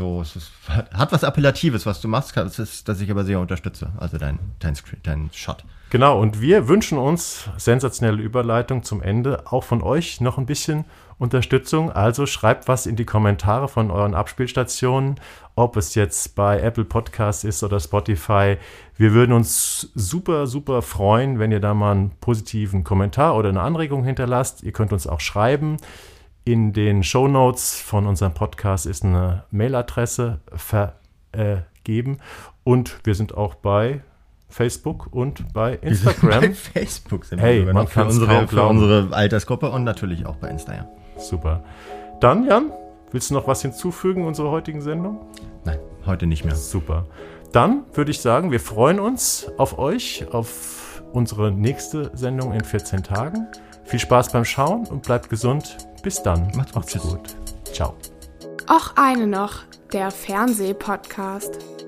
hat was Appellatives, was du machst, das ich aber sehr unterstütze. Also dein Shot. Genau, und wir wünschen uns, sensationelle Überleitung zum Ende, auch von euch noch ein bisschen Unterstützung. Also schreibt was in die Kommentare von euren Abspielstationen, ob es jetzt bei Apple Podcasts ist oder Spotify. Wir würden uns super, super freuen, wenn ihr da mal einen positiven Kommentar oder eine Anregung hinterlasst. Ihr könnt uns auch schreiben. In den Shownotes von unserem Podcast ist eine Mailadresse vergeben. Und wir sind auch bei Facebook und bei Instagram. Bei Facebook sind wir hey, man kann es kaum für unsere Altersgruppe und natürlich auch bei Insta, ja. Super. Dann, Jan, willst du noch was hinzufügen unserer heutigen Sendung? Nein, heute nicht mehr. Super. Dann würde ich sagen, wir freuen uns auf euch, auf unsere nächste Sendung in 14 Tagen. Viel Spaß beim Schauen und bleibt gesund. Bis dann. Macht's gut. Ciao. Och eine noch, der Fernsehpodcast.